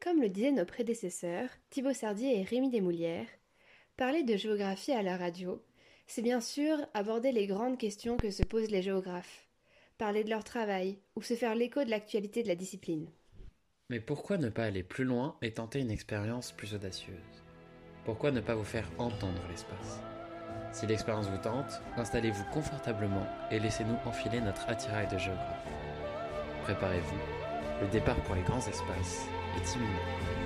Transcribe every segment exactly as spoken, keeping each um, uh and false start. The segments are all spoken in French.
Comme le disaient nos prédécesseurs, Thibaut Sardier et Rémi Desmoulières, parler de géographie à la radio, c'est bien sûr aborder les grandes questions que se posent les géographes, parler de leur travail ou se faire l'écho de l'actualité de la discipline. Mais pourquoi ne pas aller plus loin et tenter une expérience plus audacieuse? Pourquoi ne pas vous faire entendre l'espace? Si l'expérience vous tente, installez-vous confortablement et laissez-nous enfiler notre attirail de géographe. Préparez-vous, le départ pour les grands espaces est imminent.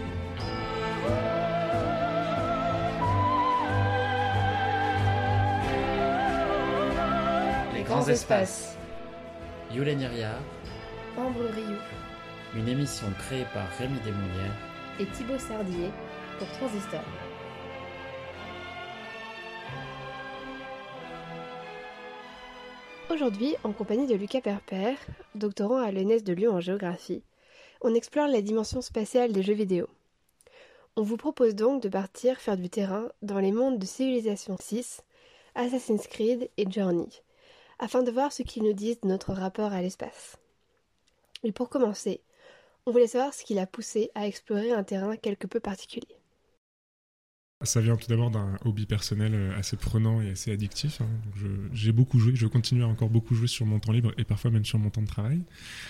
Les grands espaces. Yulen Iriard, Ambre Rioux une émission créée par Rémi Desmoulières et Thibaut Sardier pour Transistor. Aujourd'hui, en compagnie de Lucas Perper, doctorant à l'E N E S de Lyon en géographie, on explore la dimension spatiale des jeux vidéo. On vous propose donc de partir faire du terrain dans les mondes de Civilization six, Assassin's Creed et Journey, afin de voir ce qu'ils nous disent de notre rapport à l'espace. Et pour commencer, on voulait savoir ce qui l'a poussé à explorer un terrain quelque peu particulier. Ça vient tout d'abord d'un hobby personnel assez prenant et assez addictif. Hein. Donc je, j'ai beaucoup joué, je continue à encore beaucoup jouer sur mon temps libre et parfois même sur mon temps de travail.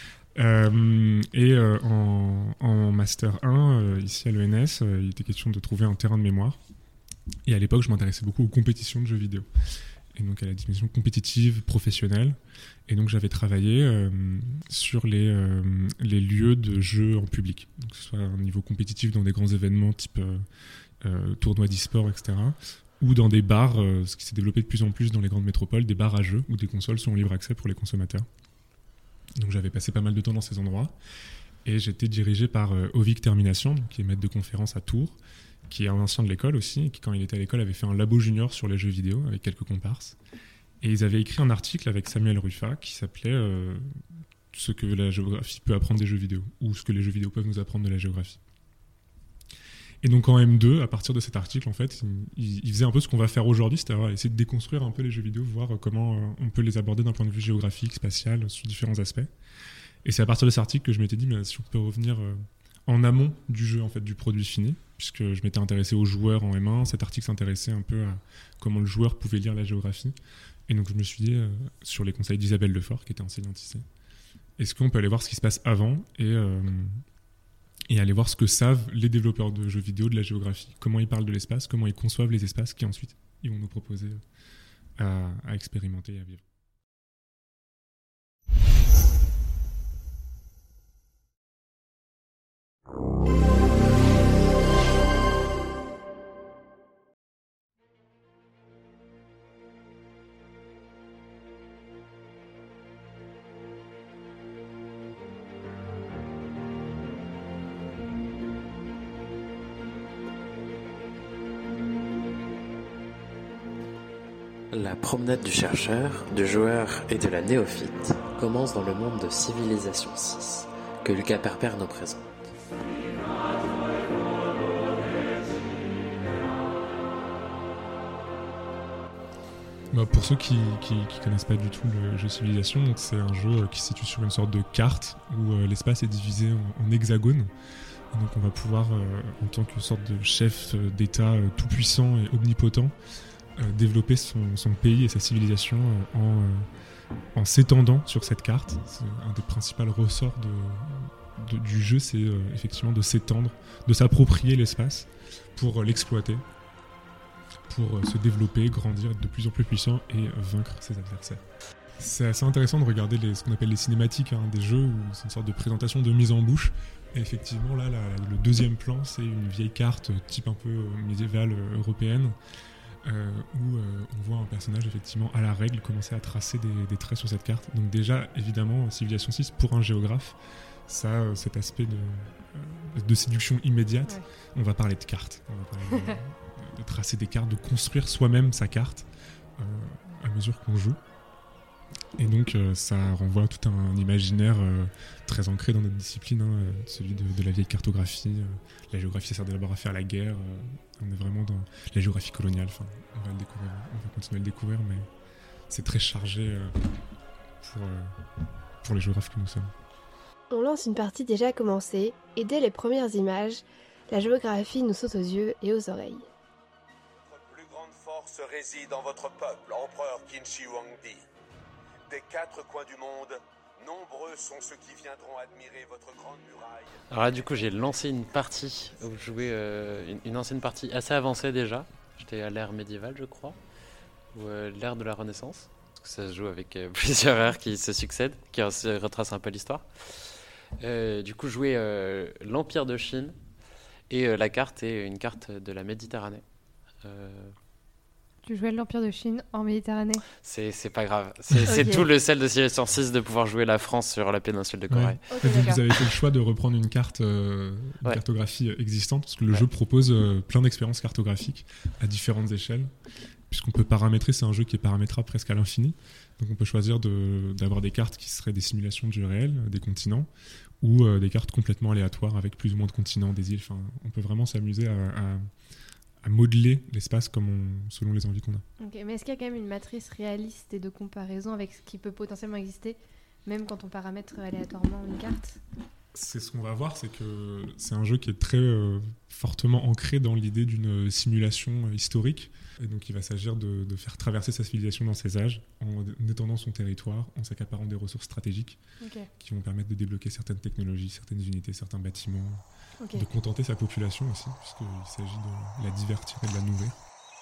Euh, et euh, en, en Master un, euh, ici à l'E N E S, euh, il était question de trouver un terrain de mémoire. Et à l'époque, je m'intéressais beaucoup aux compétitions de jeux vidéo. Et donc à la dimension compétitive, professionnelle. Et donc j'avais travaillé euh, sur les, euh, les lieux de jeux en public. Donc, que ce soit un niveau compétitif dans des grands événements type euh, euh, tournois d'e-sport, et cetera. Ou dans des bars, euh, ce qui s'est développé de plus en plus dans les grandes métropoles, des bars à jeux où des consoles sont en libre accès pour les consommateurs. Donc j'avais passé pas mal de temps dans ces endroits. Et j'étais dirigé par euh, Ovic Termination, donc, qui est maître de conférence à Tours, qui est un ancien de l'école aussi, et qui, quand il était à l'école, avait fait un labo junior sur les jeux vidéo avec quelques comparses. Et ils avaient écrit un article avec Samuel Ruffat qui s'appelait euh, « Ce que la géographie peut apprendre des jeux vidéo » ou « Ce que les jeux vidéo peuvent nous apprendre de la géographie ». Et donc en M deux, à partir de cet article, en fait, il, il faisait un peu ce qu'on va faire aujourd'hui, c'est-à-dire essayer de déconstruire un peu les jeux vidéo, voir comment euh, on peut les aborder d'un point de vue géographique, spatial, sur différents aspects. Et c'est à partir de cet article que je m'étais dit, mais si on peut revenir euh, en amont du jeu, en fait, du produit fini, puisque je m'étais intéressé aux joueurs en M un, cet article s'intéressait un peu à comment le joueur pouvait lire la géographie. Et donc je me suis dit, euh, sur les conseils d'Isabelle Lefort, qui était enseignante ici, est-ce qu'on peut aller voir ce qui se passe avant et, euh, et aller voir ce que savent les développeurs de jeux vidéo de la géographie, comment ils parlent de l'espace, comment ils conçoivent les espaces qui ensuite ils vont nous proposer à, à expérimenter et à vivre. La promenade du chercheur, du joueur et de la néophyte commence dans le monde de Civilization six, que Lucas Perper nous présente. Bah pour ceux qui ne connaissent pas du tout le jeu Civilization, donc c'est un jeu qui se situe sur une sorte de carte où euh, l'espace est divisé en, en hexagones. Et donc on va pouvoir, euh, en tant que sorte de chef d'État euh, tout-puissant et omnipotent, euh, développer son, son pays et sa civilisation euh, en, euh, en s'étendant sur cette carte. C'est un des principaux ressorts de, de, du jeu, c'est euh, effectivement de s'étendre, de s'approprier l'espace pour euh, l'exploiter, pour euh, se développer, grandir, être de plus en plus puissant et euh, vaincre ses adversaires. C'est assez intéressant de regarder les, ce qu'on appelle les cinématiques hein, des jeux, où c'est une sorte de présentation de mise en bouche. Et effectivement, là, la, le deuxième plan, c'est une vieille carte type un peu médiévale euh, européenne, euh, où euh, on voit un personnage effectivement à la règle commencer à tracer des, des traits sur cette carte. Donc déjà, évidemment, Civilization six, pour un géographe, ça a euh, cet aspect de, euh, de séduction immédiate. Ouais. On va parler de cartes, on va parler de, de tracer des cartes, de construire soi-même sa carte euh, à mesure qu'on joue. Et donc euh, ça renvoie à tout un imaginaire euh, très ancré dans notre discipline, hein, euh, celui de, de la vieille cartographie. Euh, la géographie, ça sert d'abord à faire la guerre. Euh, on est vraiment dans la géographie coloniale. Enfin, on va le découvrir, on va continuer à le découvrir, mais c'est très chargé euh, pour, euh, pour les géographes que nous sommes. On lance une partie déjà commencée, et dès les premières images, la géographie nous saute aux yeux et aux oreilles. Votre plus grande force réside dans votre peuple, empereur Qin Shi Huangdi. Des quatre coins du monde, nombreux sont ceux qui viendront admirer votre grande muraille. Alors là, du coup, j'ai lancé une partie où je jouais euh, une, une ancienne partie assez avancée déjà. J'étais à l'ère médiévale, je crois, ou euh, l'ère de la Renaissance. Parce que ça se joue avec euh, plusieurs ères qui se succèdent, qui retracent un peu l'histoire. Euh, du coup, je jouais euh, l'Empire de Chine et euh, la carte est une carte de la Méditerranée. Euh... Tu jouais l'Empire de Chine en Méditerranée. C'est, c'est pas grave. C'est, c'est Ok. tout le sel de Civilization six de pouvoir jouer la France sur la péninsule de Corée. Ouais. Ok, Et vous, d'accord. vous avez fait le choix de reprendre une carte, euh, une Ouais. cartographie existante, parce que le Ouais. jeu propose euh, plein d'expériences cartographiques à différentes échelles, puisqu'on peut paramétrer, c'est un jeu qui est paramétrable presque à l'infini. Donc on peut choisir de, d'avoir des cartes qui seraient des simulations du réel, euh, des continents, ou euh, des cartes complètement aléatoires avec plus ou moins de continents, des îles. Enfin, on peut vraiment s'amuser à, à, à modeler l'espace comme on, selon les envies qu'on a. Ok, mais est-ce qu'il y a quand même une matrice réaliste et de comparaison avec ce qui peut potentiellement exister, même quand on paramètre aléatoirement une carte? C'est ce qu'on va voir, c'est que c'est un jeu qui est très euh, fortement ancré dans l'idée d'une simulation euh, historique. Et donc il va s'agir de, de faire traverser sa civilisation dans ses âges, en étendant son territoire, en s'accaparant des ressources stratégiques Ok, qui vont permettre de débloquer certaines technologies, certaines unités, certains bâtiments, ok. de contenter sa population aussi, puisqu'il s'agit de la divertir et de la nourrir.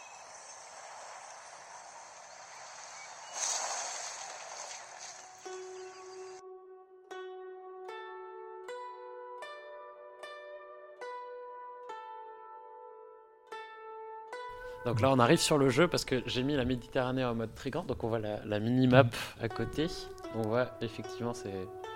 Donc là, on arrive sur le jeu parce que j'ai mis la Méditerranée en mode trigant. Donc on voit la, la mini-map à côté. On voit effectivement, c'est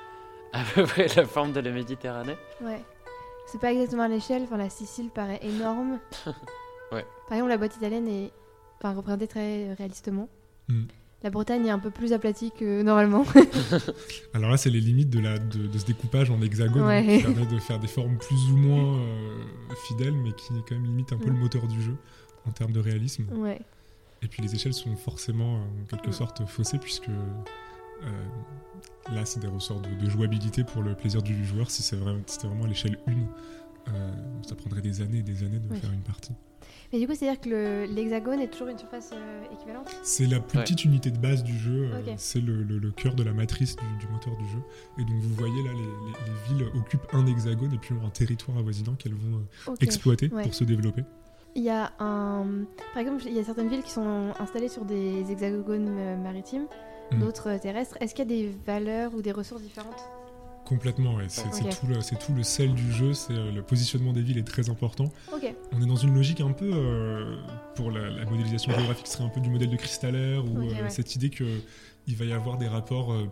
à peu près la forme de la Méditerranée. Ouais. C'est pas exactement à l'échelle, enfin la Sicile paraît énorme. Ouais. Par exemple, la boîte italienne est enfin, représentée très réalistement. Mm. La Bretagne est un peu plus aplatie que normalement. Alors là, c'est les limites de, la, de, de ce découpage en hexagone, Ouais. hein, qui permet de faire des formes plus ou moins euh, fidèles, mais qui quand même limite un peu Mm. le moteur du jeu en termes de réalisme. Ouais. Et puis les échelles sont forcément euh, en quelque Mm. sorte faussées, puisque euh, là, c'est des ressorts de, de jouabilité pour le plaisir du joueur. Si c'est vraiment, si c'était vraiment à l'échelle un, euh, ça prendrait des années et des années de Oui. faire une partie. Mais du coup, c'est-à-dire que le- l'hexagone est toujours une surface euh, équivalente? C'est la plus Ouais. petite unité de base du jeu, euh, Ok. c'est le, le- le cœur de la matrice du, du moteur du jeu. Et donc vous voyez là, les, les- les villes occupent un hexagone et puis ont un territoire avoisinant qu'elles vont euh, Ok. exploiter Ouais. pour se développer. Il y a un... Par exemple, il y a certaines villes qui sont installées sur des hexagones euh, maritimes, Mm. d'autres euh, terrestres. Est-ce qu'il y a des valeurs ou des ressources différentes? Complètement, ouais. c'est, Ok. c'est tout le, c'est tout le sel du jeu, c'est, euh, le positionnement des villes est très important. Ok. On est dans une logique un peu, euh, pour la, la modélisation géographique, ce serait un peu du modèle de Kristaller, où Ok, euh, ouais. cette idée qu'il va y avoir des rapports euh,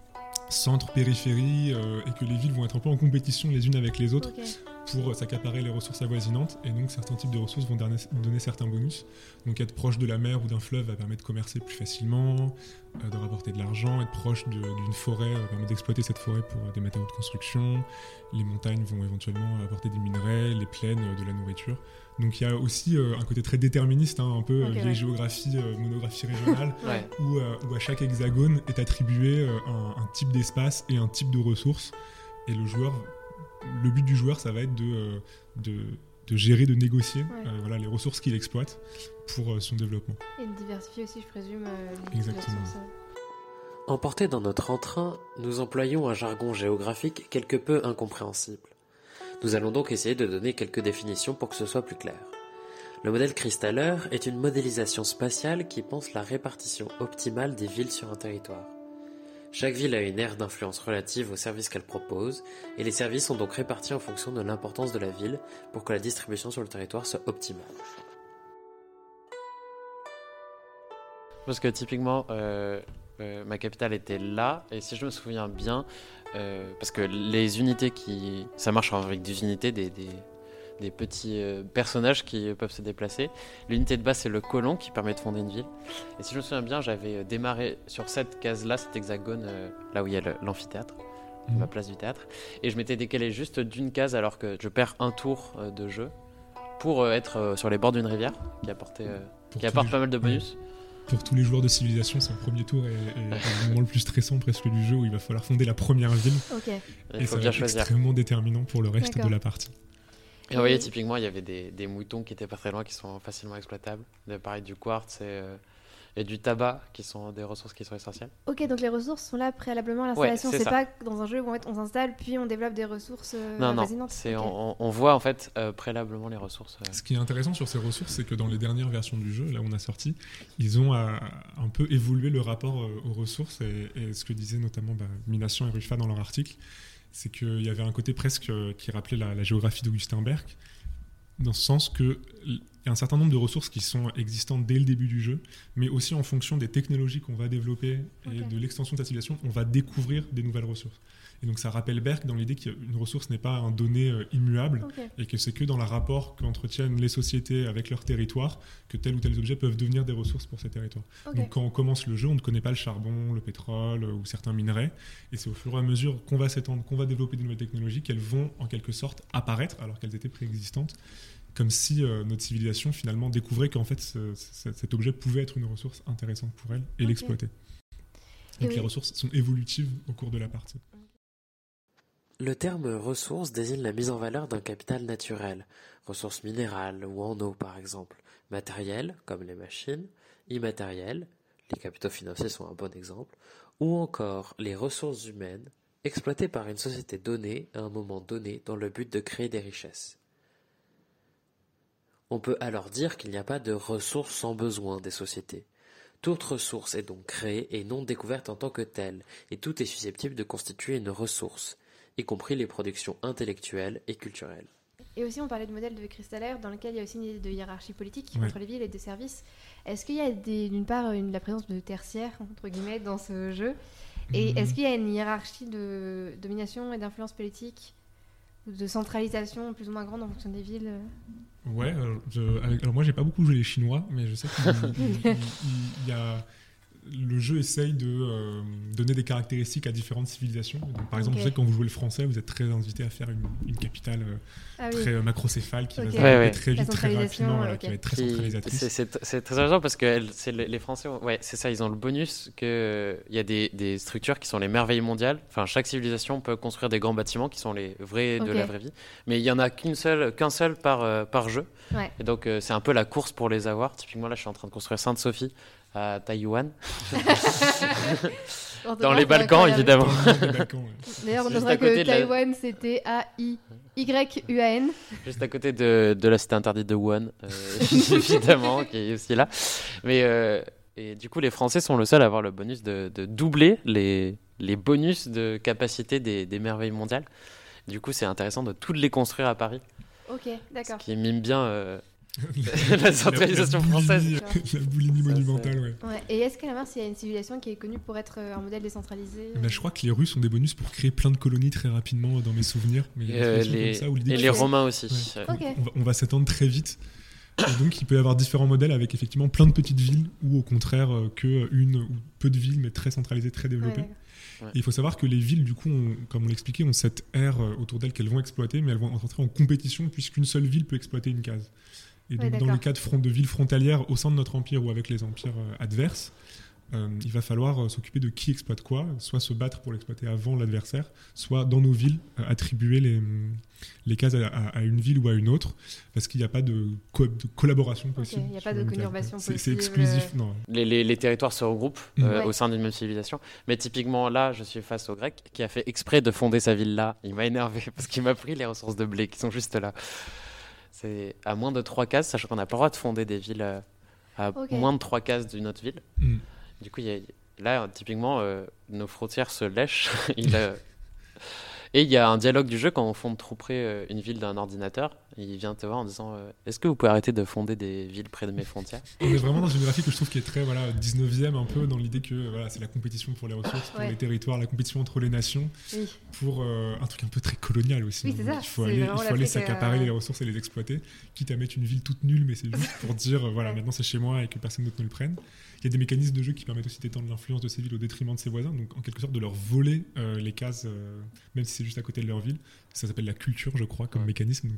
centre-périphérie euh, et que les villes vont être un peu en compétition les unes avec les autres Ok. pour euh, s'accaparer les ressources avoisinantes, et donc certains types de ressources vont donner, donner certains bonus. Donc être proche de la mer ou d'un fleuve va permettre de commercer plus facilement, euh, de rapporter de l'argent, être proche de- d'une forêt euh, permet d'exploiter cette forêt pour euh, des matériaux de construction, les montagnes vont éventuellement apporter des minerais, les plaines euh, de la nourriture. Donc il y a aussi euh, un côté très déterministe, hein, un peu euh, Ok, vieille ouais. géographie, euh, monographie régionale, Ouais. où, euh, où à chaque hexagone est attribué euh, un, un type d'espace et un type de ressources. Et le joueur, le but du joueur, ça va être de, euh, de, de gérer, de négocier Ouais. euh, voilà, les ressources qu'il exploite pour euh, son développement. Et de diversifier aussi, je présume, euh, les Exactement. ressources. Emportés dans notre entrain, nous employons un jargon géographique quelque peu incompréhensible. Nous allons donc essayer de donner quelques définitions pour que ce soit plus clair. Le modèle Kristaller est une modélisation spatiale qui pense la répartition optimale des villes sur un territoire. Chaque ville a une aire d'influence relative aux services qu'elle propose, et les services sont donc répartis en fonction de l'importance de la ville pour que la distribution sur le territoire soit optimale. Parce que typiquement, euh, euh, ma capitale était là, et si je me souviens bien, euh, parce que les unités qui... Ça marche avec des unités, des, des, des petits euh, personnages qui peuvent se déplacer. L'unité de base, c'est le colon qui permet de fonder une ville. Et si je me souviens bien, j'avais démarré sur cette case-là, cet hexagone, euh, là où il y a le- l'amphithéâtre, Mhm. ma place du théâtre, et je m'étais décalé juste d'une case alors que je perds un tour euh, de jeu pour euh, être euh, sur les bords d'une rivière qui, apportait, euh, Pour qui tous apporte les pas jeux. mal de bonus. pour tous les joueurs de Civilization, son premier tour est, est, est le moment le plus stressant presque du jeu, où il va falloir fonder la première ville. Ok. Et Il faut ça bien va être choisir. extrêmement déterminant pour le reste D'accord. de la partie. Et vous voyez, typiquement, il y avait des, des moutons qui étaient pas très loin, qui sont facilement exploitables. De, pareil, du quartz et, euh, et du tabac, qui sont des ressources qui sont essentielles. Ok, donc les ressources sont là préalablement à l'installation. Ouais, c'est c'est ça. pas dans un jeu où en fait, on s'installe puis on développe des ressources euh, Non, non, avoisinantes. c'est, Ok. on, on voit en fait euh, préalablement les ressources. euh. Ce qui est intéressant sur ces ressources, c'est que dans les dernières versions du jeu, là où on a sorti, ils ont euh, un peu évolué le rapport euh, aux ressources. Et, et ce que disaient notamment bah, Mination et Rufa dans leur article, c'est qu'il y avait un côté presque euh, qui rappelait la, la géographie d'Augustin Berg, dans ce sens qu'il y a un certain nombre de ressources qui sont existantes dès le début du jeu, mais aussi en fonction des technologies qu'on va développer et Ok. de l'extension de sa civilisation, on va découvrir des nouvelles ressources. Et donc ça rappelle Berg dans l'idée qu'une ressource n'est pas un donné euh, immuable, Ok. et que c'est que dans le rapport qu'entretiennent les sociétés avec leur territoire que tel ou tel objet peuvent devenir des ressources pour ces territoires. Ok. Donc quand on commence le jeu, on ne connaît pas le charbon, le pétrole euh, ou certains minerais, et c'est au fur et à mesure qu'on va s'étendre, qu'on va développer de nouvelles technologies, qu'elles vont en quelque sorte apparaître alors qu'elles étaient préexistantes, comme si euh, notre civilisation finalement découvrait qu'en fait ce- ce- cet objet pouvait être une ressource intéressante pour elle et Ok. l'exploiter. Donc Et les oui. ressources sont évolutives au cours de la partie. Le terme ressource désigne la mise en valeur d'un capital naturel, ressources minérales ou en eau par exemple, matérielles comme les machines, immatérielles, les capitaux financiers sont un bon exemple, ou encore les ressources humaines exploitées par une société donnée à un moment donné dans le but de créer des richesses. On peut alors dire qu'il n'y a pas de ressources sans besoin des sociétés. Toute ressource est donc créée et non découverte en tant que telle, et tout est susceptible de constituer une ressource, y compris les productions intellectuelles et culturelles. Et aussi, on parlait de modèle de cristallaire dans lequel il y a aussi une idée de hiérarchie politique Ouais. entre les villes et de services. Est-ce qu'il y a des- d'une part une, la présence de tertiaires, entre guillemets, dans ce jeu? Et Mhm. est-ce qu'il y a une hiérarchie de domination et d'influence politique ou de centralisation plus ou moins grande en fonction des villes? Ouais, alors, je- avec- alors moi j'ai pas beaucoup joué les Chinois, mais je sais qu'il il- il- il y a le jeu essaye de euh, donner des caractéristiques à différentes civilisations. Donc, par exemple, Ok. je sais que quand vous jouez le français, vous êtes très invité à faire une, une capitale euh, Ah oui. très euh, macrocéphale qui Ok. va se Ouais, développer ouais. très La vite, très centralisation, rapidement, voilà, ok. qui va être très Qui- centralisatrice. C'est, c'est, c'est très intéressant parce que elle- c'est les, les Français, ont- ouais, c'est ça, ils ont le bonus que il y a des, des structures qui sont les merveilles mondiales. Enfin, chaque civilisation peut construire des grands bâtiments qui sont les vrais de Ok. la vraie vie, mais il y en a qu'une seule, qu'un seul par euh, par jeu. Ouais. Et donc euh, c'est un peu la course pour les avoir. Typiquement là, je suis en train de construire Sainte-Sophie à Taïwan, dans les Balkans évidemment. Des Balkans, ouais. D'ailleurs, on Juste notera à côté que de la- Taïwan, c'était A I Y U A N. Juste à côté de, de la cité interdite de Wuhan, euh, évidemment, qui est aussi là. Mais euh, et du coup, les Français sont le seul à avoir le bonus de, de doubler les, les bonus de capacité des, des merveilles mondiales. Du coup, c'est intéressant de toutes les construire à Paris, Ok, ce d'accord. qui mime bien euh, la centralisation la boulimie- française. La boulimie Ça, monumentale, ouais. Ouais. Et est-ce qu'à la Mars, il y a une civilisation qui est connue pour être euh, un modèle décentralisé? Bah, je crois que les Russes ont des bonus pour créer plein de colonies très rapidement dans mes souvenirs. Mais il y a une Euh, situation les, comme ça où l'idée et que- les Romains aussi. Ouais. Euh, Ok. On va, on va s'étendre très vite. Et donc, il peut y avoir différents modèles avec effectivement plein de petites villes ou au contraire euh, que une ou peu de villes mais très centralisées, très Ouais, développées. d'accord. Et il faut savoir que les villes, du coup, ont, comme on l'expliquait, ont cette aire euh, autour d'elles qu'elles vont exploiter, mais elles vont rentrer en compétition puisqu'une seule ville peut exploiter une case. Et Ouais, donc, dans d'accord. le cas de, front, de villes frontalières au sein de notre empire ou avec les empires euh, adverses, euh, il va falloir euh, s'occuper de qui exploite quoi, soit se battre pour l'exploiter avant l'adversaire, soit dans nos villes euh, attribuer les, les cases à, à- à une ville ou à une autre, parce qu'il n'y a pas de, co- de collaboration possible. il n'y a pas sur de une case. conurbation C'est- C'est possible. exclusif, non. Les, les- les territoires se regroupent Mm. euh, Ouais. au sein d'une même civilisation. Mais typiquement, là, je suis face au Grec qui a fait exprès de fonder sa ville là. Il m'a énervé parce qu'il m'a pris les ressources de blé qui sont juste là. C'est à moins de trois cases, sachant qu'on n'a pas le droit de fonder des villes euh, à Ok. moins de trois cases d'une autre ville. Mm. Du coup, il y a- là, typiquement, euh, nos frontières se lèchent. Il, euh, Et il y a un dialogue du jeu quand on fonde trop près euh, une ville d'un ordinateur. Il vient te voir en disant euh, est-ce que vous pouvez arrêter de fonder des villes près de mes frontières? On est vraiment dans une graphique que je trouve qui est très voilà, dix-neuvième un peu, dans l'idée que voilà, c'est la compétition pour les ressources, pour Ouais. les territoires, la compétition entre les nations, Oui. pour euh, un truc un peu très colonial aussi. Oui, hein. c'est ça, Il faut c'est aller, il vraiment faut aller l'Afrique, s'accaparer euh, les ressources et les exploiter, quitte à mettre une ville toute nulle, mais c'est juste pour dire euh, voilà, Ouais. maintenant c'est chez moi et que personne d'autre ne le prenne. Il y a des mécanismes de jeu qui permettent aussi d'étendre l'influence de ces villes au détriment de ses voisins, donc en quelque sorte de leur voler euh, les cases, euh, même si c'est juste à côté de leur ville. Ça s'appelle la culture, je crois, comme Ouais. mécanisme, donc c'est aussi une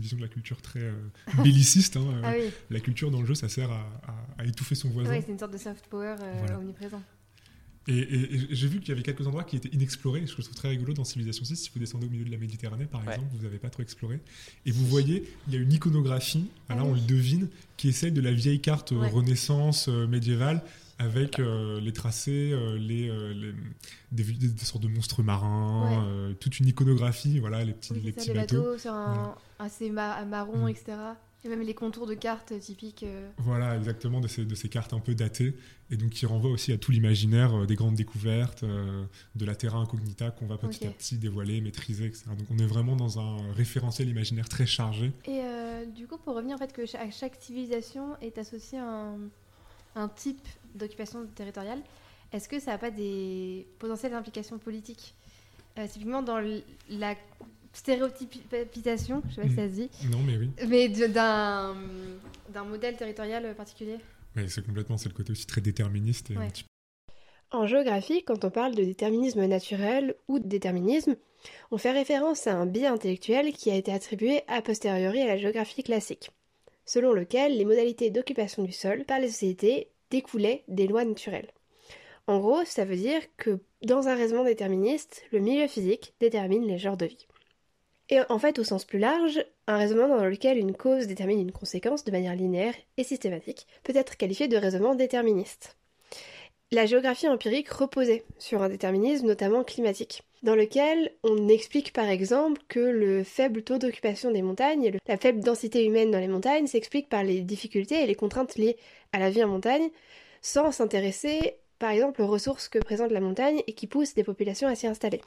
vision de la culture très euh, belliciste. Hein, euh, Ah oui, La culture dans le jeu, ça sert à, à- à étouffer son voisin. ouais, c'est une sorte de soft power euh, Voilà. omniprésent. Et, et- et j'ai vu qu'il y avait quelques endroits qui étaient inexplorés, ce que je trouve très rigolo dans Civilization six. Si vous descendez au milieu de la Méditerranée, par Ouais. exemple, vous n'avez pas trop exploré. Et vous voyez, il y a une iconographie, Ah là oui. on le devine, qui essaye de la vieille carte euh, Ouais. Renaissance euh, médiévale, avec euh, les tracés, euh, les, euh, les- des, des- des sortes de monstres marins, Ouais. euh, toute une iconographie, voilà, les petits, Oui, les c'est ça, petits les bateaux. bateaux sur un assez ma- marron, Mm. et cetera. Et même les contours de cartes typiques. euh, Voilà, exactement, de ces, de ces cartes un peu datées, et donc qui renvoient aussi à tout l'imaginaire euh, des grandes découvertes, euh, de la terra incognita qu'on va petit Ok. à petit dévoiler, maîtriser, et cetera. Donc on est vraiment dans un référentiel imaginaire très chargé. Et euh, du coup, pour revenir en fait que cha- à chaque civilisation est associé un, un type d'occupation territoriale, est-ce que ça n'a pas des potentielles implications politiques? Euh, Typiquement dans l- la stéréotypisation, je sais pas si Mm. ça se dit, Non, mais oui, mais de- d'un d'un modèle territorial particulier. mais c'est complètement, c'est le côté aussi très déterministe. Et un Ouais. petit En géographie, quand on parle de déterminisme naturel ou de déterminisme, on fait référence à un biais intellectuel qui a été attribué a posteriori à la géographie classique, selon lequel les modalités d'occupation du sol par les sociétés découlaient des lois naturelles. En gros, ça veut dire que dans un raisonnement déterministe, le milieu physique détermine les genres de vie. Et en fait, au sens plus large, un raisonnement dans lequel une cause détermine une conséquence de manière linéaire et systématique peut être qualifié de raisonnement déterministe. La géographie empirique reposait sur un déterminisme notamment climatique, dans lequel on explique par exemple que le faible taux d'occupation des montagnes et le- la faible densité humaine dans les montagnes s'explique par les difficultés et les contraintes liées à la vie en montagne, sans s'intéresser par exemple aux ressources que présente la montagne et qui poussent des populations à s'y installer.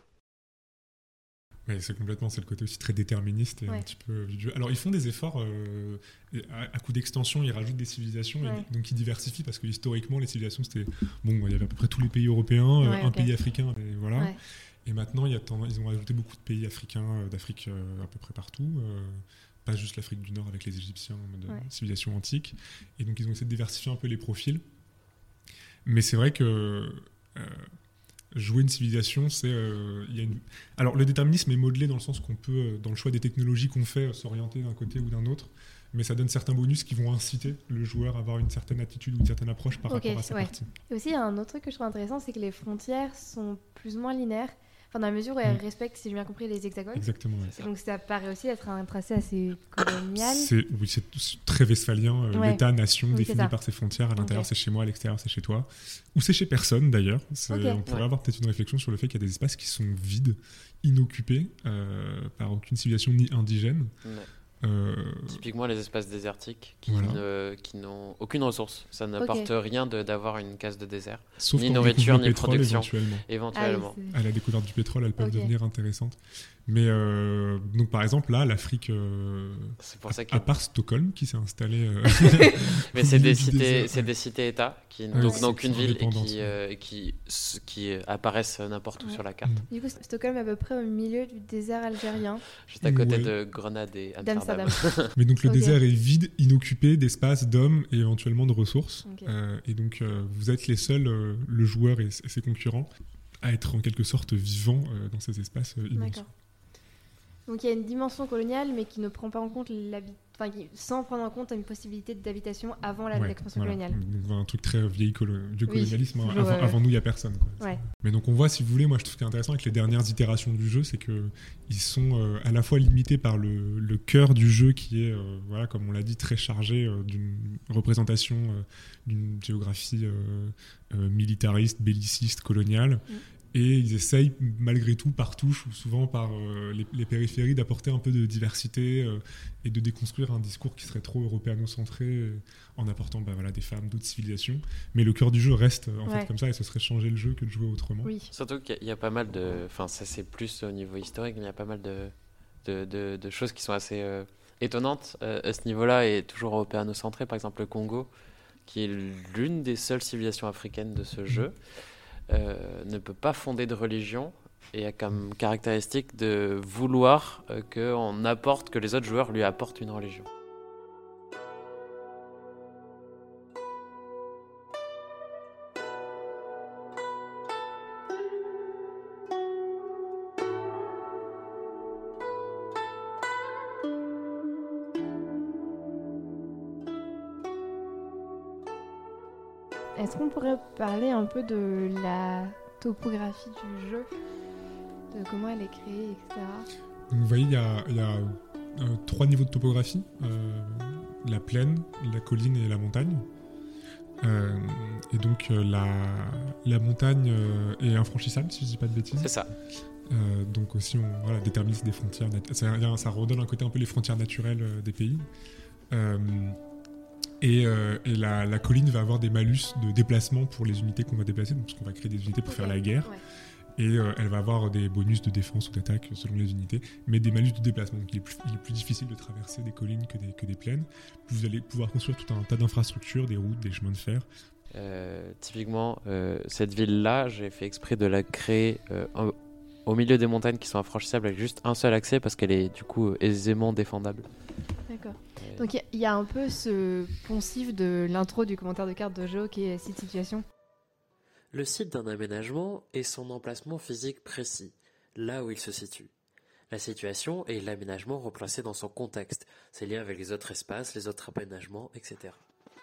Mais c'est complètement, c'est le côté aussi très déterministe et Ouais. un petit peu visuel. Alors ils font des efforts euh, et à, à coup d'extension, ils rajoutent des civilisations, et Ouais. donc ils diversifient parce que historiquement les civilisations c'était bon, il y avait à peu près tous les pays européens, euh, Ouais, un ok. pays africain, et voilà. Ouais. Et maintenant il y a tend- ils ont rajouté beaucoup de pays africains, euh, d'Afrique euh, à peu près partout. euh, pas juste l'Afrique du Nord avec les Égyptiens en mode Ouais. civilisation antique. Et donc ils ont essayé de diversifier un peu les profils. Mais c'est vrai que euh, jouer une civilisation, c'est euh, il y a une... Alors le déterminisme est modelé dans le sens qu'on peut, euh, dans le choix des technologies qu'on fait, euh, s'orienter d'un côté ou d'un autre, mais ça donne certains bonus qui vont inciter le joueur à avoir une certaine attitude ou une certaine approche par Ok, rapport à sa ouais. partie. Et aussi, il y a un autre truc que je trouve intéressant, c'est que les frontières sont plus ou moins linéaires. Enfin, dans la mesure où elles Mm. respectent, si j'ai bien compris, les hexagones. Exactement. ouais. Et donc ça paraît aussi être un tracé assez colonial. C'est, oui, c'est c'est très westphalien, euh, Ouais. l'État-nation Oui, c'est défini ça. par ses frontières, à l'intérieur Ok. c'est chez moi, à l'extérieur c'est chez toi, ou c'est chez personne d'ailleurs. C'est- Ok. On pourrait Ouais. avoir peut-être une réflexion sur le fait qu'il y a des espaces qui sont vides, inoccupés, euh, par aucune civilisation ni indigène. Ouais. Euh, Typiquement les espaces désertiques qui, Voilà. ne- qui n'ont aucune ressource. Ça Ok. n'apporte rien de- d'avoir une case de désert. sauf Ni quand on nourriture, découvre le ni pétrole, production. éventuellement. Éventuellement. Ah oui, c'est- À la découverte du pétrole, elles peuvent Ok. devenir intéressantes. Mais euh, donc par exemple là, l'Afrique, euh, C'est pour ça qu'il y à a- part Stockholm qui s'est installé, euh, Mais au c'est milieu des du cités, désert, c'est ouais. des cités-États qui Ouais, donc c'est- n'ont aucune sont ville et indépendantes, qui, ouais. euh, qui, qui apparaissent n'importe où Ouais. sur la carte. Mm. Du coup, Stockholm est à peu près au milieu du désert algérien, Juste à côté Ouais. de Grenade et Amsterdam. d'Amsterdam. Mais donc le Ok. désert est vide, inoccupé d'espace, d'hommes et éventuellement de ressources. Ok. Euh, et donc euh, vous êtes les seuls, euh, le joueur et, et ses concurrents, à être en quelque sorte vivants euh, dans ces espaces euh, immenses. D'accord. Donc il y a une dimension coloniale, mais qui ne prend pas en compte l'habi- enfin, qui- sans prendre en compte une possibilité d'habitation avant la- Ouais, l'expansion voilà. coloniale. Donc, un truc très vieil colo- vieux Oui, colonialisme. hein. toujours, Avant, euh, avant nous, il n'y a personne. Quoi. Ouais. Mais donc on voit, si vous voulez, moi je trouve qu'il est intéressant avec les dernières itérations du jeu, c'est que ils sont euh, à la fois limités par le, le cœur du jeu qui est, euh, voilà, comme on l'a dit, très chargé euh, d'une représentation euh, d'une géographie euh, euh, militariste, belliciste, coloniale. Mm. Et ils essayent, malgré tout, par touche ou souvent par euh, les, les périphéries, d'apporter un peu de diversité euh, et de déconstruire un discours qui serait trop européano-centré euh, en apportant bah, voilà, des femmes d'autres civilisations. Mais le cœur du jeu reste euh, en Ouais. fait comme ça et ce serait changer le jeu que de jouer autrement. Oui. Surtout qu'il y a- il y a pas mal de... Enfin, ça c'est plus au niveau historique, mais il y a pas mal de, de, de, de choses qui sont assez euh, étonnantes euh, à ce niveau-là et toujours européano-centré. Par exemple, le Congo, qui est l'une des seules civilisations africaines de ce jeu, euh, ne peut pas fonder de religion et a comme caractéristique de vouloir euh, qu'on apporte, que les autres joueurs lui apportent une religion. Est-ce qu'on pourrait parler un peu de la topographie du jeu, de comment elle est créée, et cetera. Donc, vous voyez, il y a, il y a euh, trois niveaux de topographie, euh, la plaine, la colline et la montagne. Euh, et donc euh, la, la montagne euh, est infranchissable, si je ne dis pas de bêtises. C'est ça. Euh, donc aussi, on voilà, détermine des frontières. Nat- ça, ça redonne un côté un peu les frontières naturelles euh, des pays. Euh, et euh, et la, la colline va avoir des malus de déplacement pour les unités qu'on va déplacer, donc, parce qu'on va créer des unités pour Ok. faire la guerre. Ouais. Et euh, elle va avoir des bonus de défense ou d'attaque selon les unités, mais des malus de déplacement. Donc il est plus, il est plus difficile de traverser des collines que des, que des plaines. Vous allez pouvoir construire tout un tas d'infrastructures, des routes, des chemins de fer. Euh, typiquement, euh, cette ville-là, j'ai fait exprès de la créer euh, en- au milieu des montagnes qui sont infranchissables avec juste un seul accès parce qu'elle est du coup euh, aisément défendable. D'accord. Euh, Donc il y, y a un peu ce poncif de l'intro du commentaire de carte Dojo qui est site situation. Le site d'un aménagement est son emplacement physique précis, là où il se situe. La situation est l'aménagement replacé dans son contexte, ses liens avec les autres espaces, les autres aménagements, et cetera.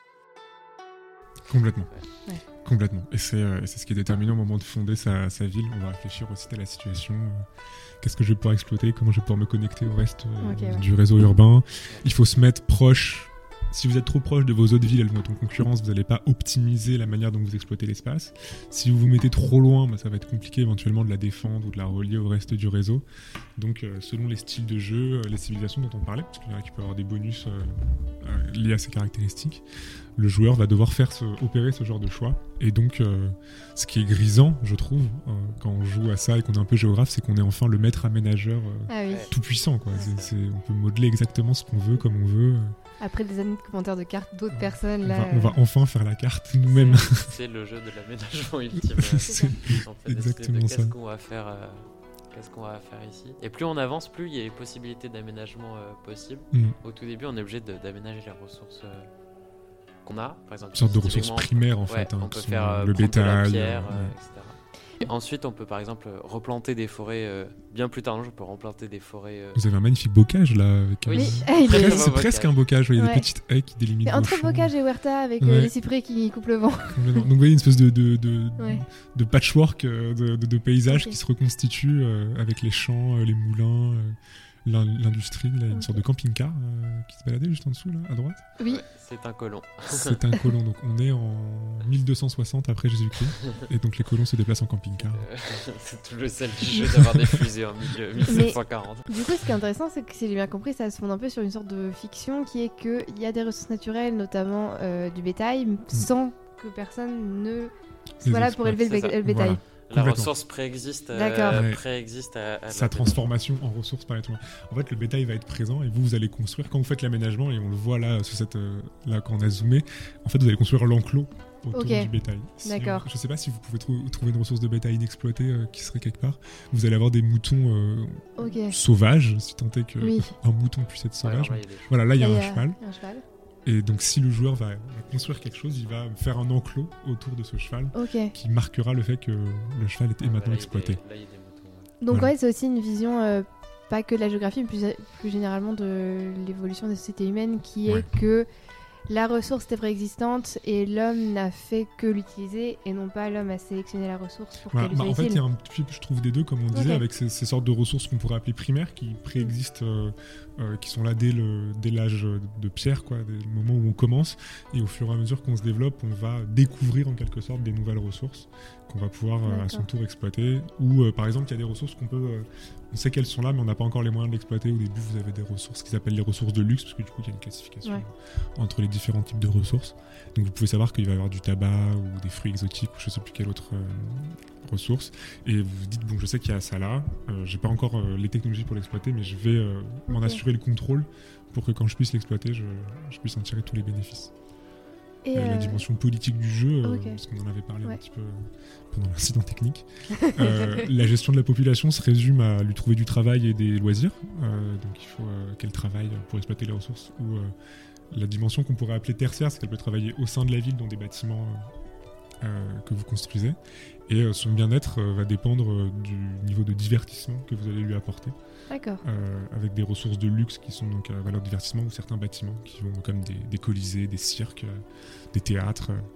Complètement. Ouais. Complètement. Et c'est, euh, c'est ce qui est déterminant au moment de fonder sa, sa ville. On va réfléchir aussi à la situation. euh, qu'est-ce que je vais pouvoir exploiter? Comment je vais pouvoir me connecter au reste euh, Ok, ouais. du réseau urbain? Il faut se mettre proche. Si vous êtes trop proche de vos autres villes, elles vont être en concurrence, vous n'allez pas optimiser la manière dont vous exploitez l'espace. Si vous vous mettez trop loin, bah, ça va être compliqué éventuellement de la défendre ou de la relier au reste du réseau. Donc euh, selon les styles de jeu, euh, les civilisations dont on parlait, parce qu'il y en a qui peuvent avoir des bonus euh, euh, liés à ces caractéristiques, le joueur va devoir faire ce, opérer ce genre de choix. Et donc euh, ce qui est grisant, je trouve, euh, quand on joue à ça et qu'on est un peu géographe, c'est qu'on est enfin le maître aménageur euh, Ah oui. tout puissant, quoi. C'est, c'est, on peut modeler exactement ce qu'on veut, comme on veut. Après des années de commentaires de cartes d'autres On personnes, On là. va, on euh, va enfin faire la carte nous-mêmes. C'est le jeu de l'aménagement ultime. euh, C'est on fait décider exactement de ça. Qu'est-ce qu'on va faire euh, Qu'est-ce qu'on va faire ici? Et plus on avance, plus il y a les possibilités d'aménagement euh, possibles. Mm. Au tout début, on est obligé de- d'aménager les ressources euh, qu'on a. Par exemple, Une sorte de typiquement, ressources primaires en ouais, fait, hein, on qui peut sont faire euh, le prendre de la bétail. pierre, euh, euh, ouais. et cetera. Et ensuite, on peut par exemple euh, replanter des forêts. euh, bien plus tard, on peut replanter des forêts. euh, Vous avez un magnifique bocage là. Avec un- Oui. Oui, ah, il Presque- est- Très c'est beau presque bocage. un bocage. Il y a Ouais. des petites haies qui délimitent Mais vos entre champs. Bocage et Huerta avec euh, Ouais. les cyprès qui coupent le vent. Complètement. Donc vous voyez une espèce de, de, de, Ouais. de patchwork euh, de, de, de paysages Ok. qui se reconstituent euh, avec les champs, euh, les moulins, euh, l'in- l'industrie. Là, il y a une Ok. sorte de camping-car euh, qui se baladait juste en dessous, là, à droite. Oui. C'est un colon. C'est un colon. Donc on est en mille deux cent soixante après Jésus-Christ. Et donc les colons se déplacent en camping-car. Euh, c'est tout le sel du jeu d'avoir des fusées en milieu mille sept cent quarante. Du coup, ce qui est intéressant, c'est que si j'ai bien compris, ça se fonde un peu sur une sorte de fiction qui est qu'il y a des ressources naturelles, notamment euh, du bétail, sans que personne ne Les soit là pour exploite. élever le, C'est bé- ça. le bétail. Voilà. La Complètement. ressource préexiste, euh, D'accord. Ouais. préexiste à, à Sa l'aménagement. transformation en ressources par exemple. En fait, le bétail va être présent et vous, vous allez construire, quand vous faites l'aménagement, et on le voit là, sur cette, euh, là quand on a zoomé, en fait, vous allez construire l'enclos autour Ok. du bétail. Si- D'accord. je sais pas si vous pouvez trou- trouver une ressource de bétail inexploitée euh, qui serait quelque part. Vous allez avoir des moutons euh, Ok. sauvages, si tant est que Oui. un mouton puisse être Ouais, alors sauvage. là, il y a des choses. Voilà, là, il y a Là, un cheval. un cheval. Et donc, si le joueur va, va construire quelque chose, il va faire un enclos autour de ce cheval Ok. qui marquera le fait que le cheval est Ouais, maintenant là, il y a exploité. des- Là, il y a des moutons. ouais. Donc Voilà. ouais, c'est aussi une vision euh, pas que de la géographie, mais plus, plus généralement de l'évolution des sociétés humaines, qui est Ouais. que la ressource était préexistante et l'homme n'a fait que l'utiliser et non pas l'homme a sélectionné la ressource pour Voilà, qu'elle bah, lui en soit fait, il y utile. a un petit peu, je trouve, des deux, comme on disait, Ok. avec ces, ces sortes de ressources qu'on pourrait appeler primaires, qui préexistent, euh, euh, qui sont là dès, le, dès l'âge de pierre, quoi, dès le moment où on commence. Et au fur et à mesure qu'on se développe, on va découvrir en quelque sorte des nouvelles ressources qu'on va pouvoir euh, à son D'accord. tour exploiter. Ou euh, par exemple, il y a des ressources qu'on peut... euh, on sait qu'elles sont là, mais on n'a pas encore les moyens de l'exploiter. Au début, vous avez des ressources qui s'appellent les ressources de luxe, parce que du coup, il y a une classification Ouais. entre les différents types de ressources. Donc vous pouvez savoir qu'il va y avoir du tabac ou des fruits exotiques ou je sais plus quelle autre euh, ressource. Et vous vous dites, bon, je sais qu'il y a ça là, euh, j'ai pas encore euh, les technologies pour l'exploiter, mais je vais euh, m'en Ok. assurer le contrôle pour que quand je puisse l'exploiter, je, je puisse en tirer tous les bénéfices. Et, Euh, La euh, dimension politique du jeu, euh, ok. parce qu'on en avait parlé un Ouais. petit peu pendant l'incident technique. Euh, la gestion de la population se résume à lui trouver du travail et des loisirs. Euh, donc il faut euh, qu'elle travaille pour exploiter les ressources. Ou euh, la dimension qu'on pourrait appeler tertiaire, c'est qu'elle peut travailler au sein de la ville dans des bâtiments euh, euh, que vous construisez. Et euh, son bien-être euh, va dépendre euh, du niveau de divertissement que vous allez lui apporter. D'accord. Euh, avec des ressources de luxe qui sont donc à valeur de divertissement ou certains bâtiments qui vont comme des, des colisées, des cirques, euh, des théâtres. euh,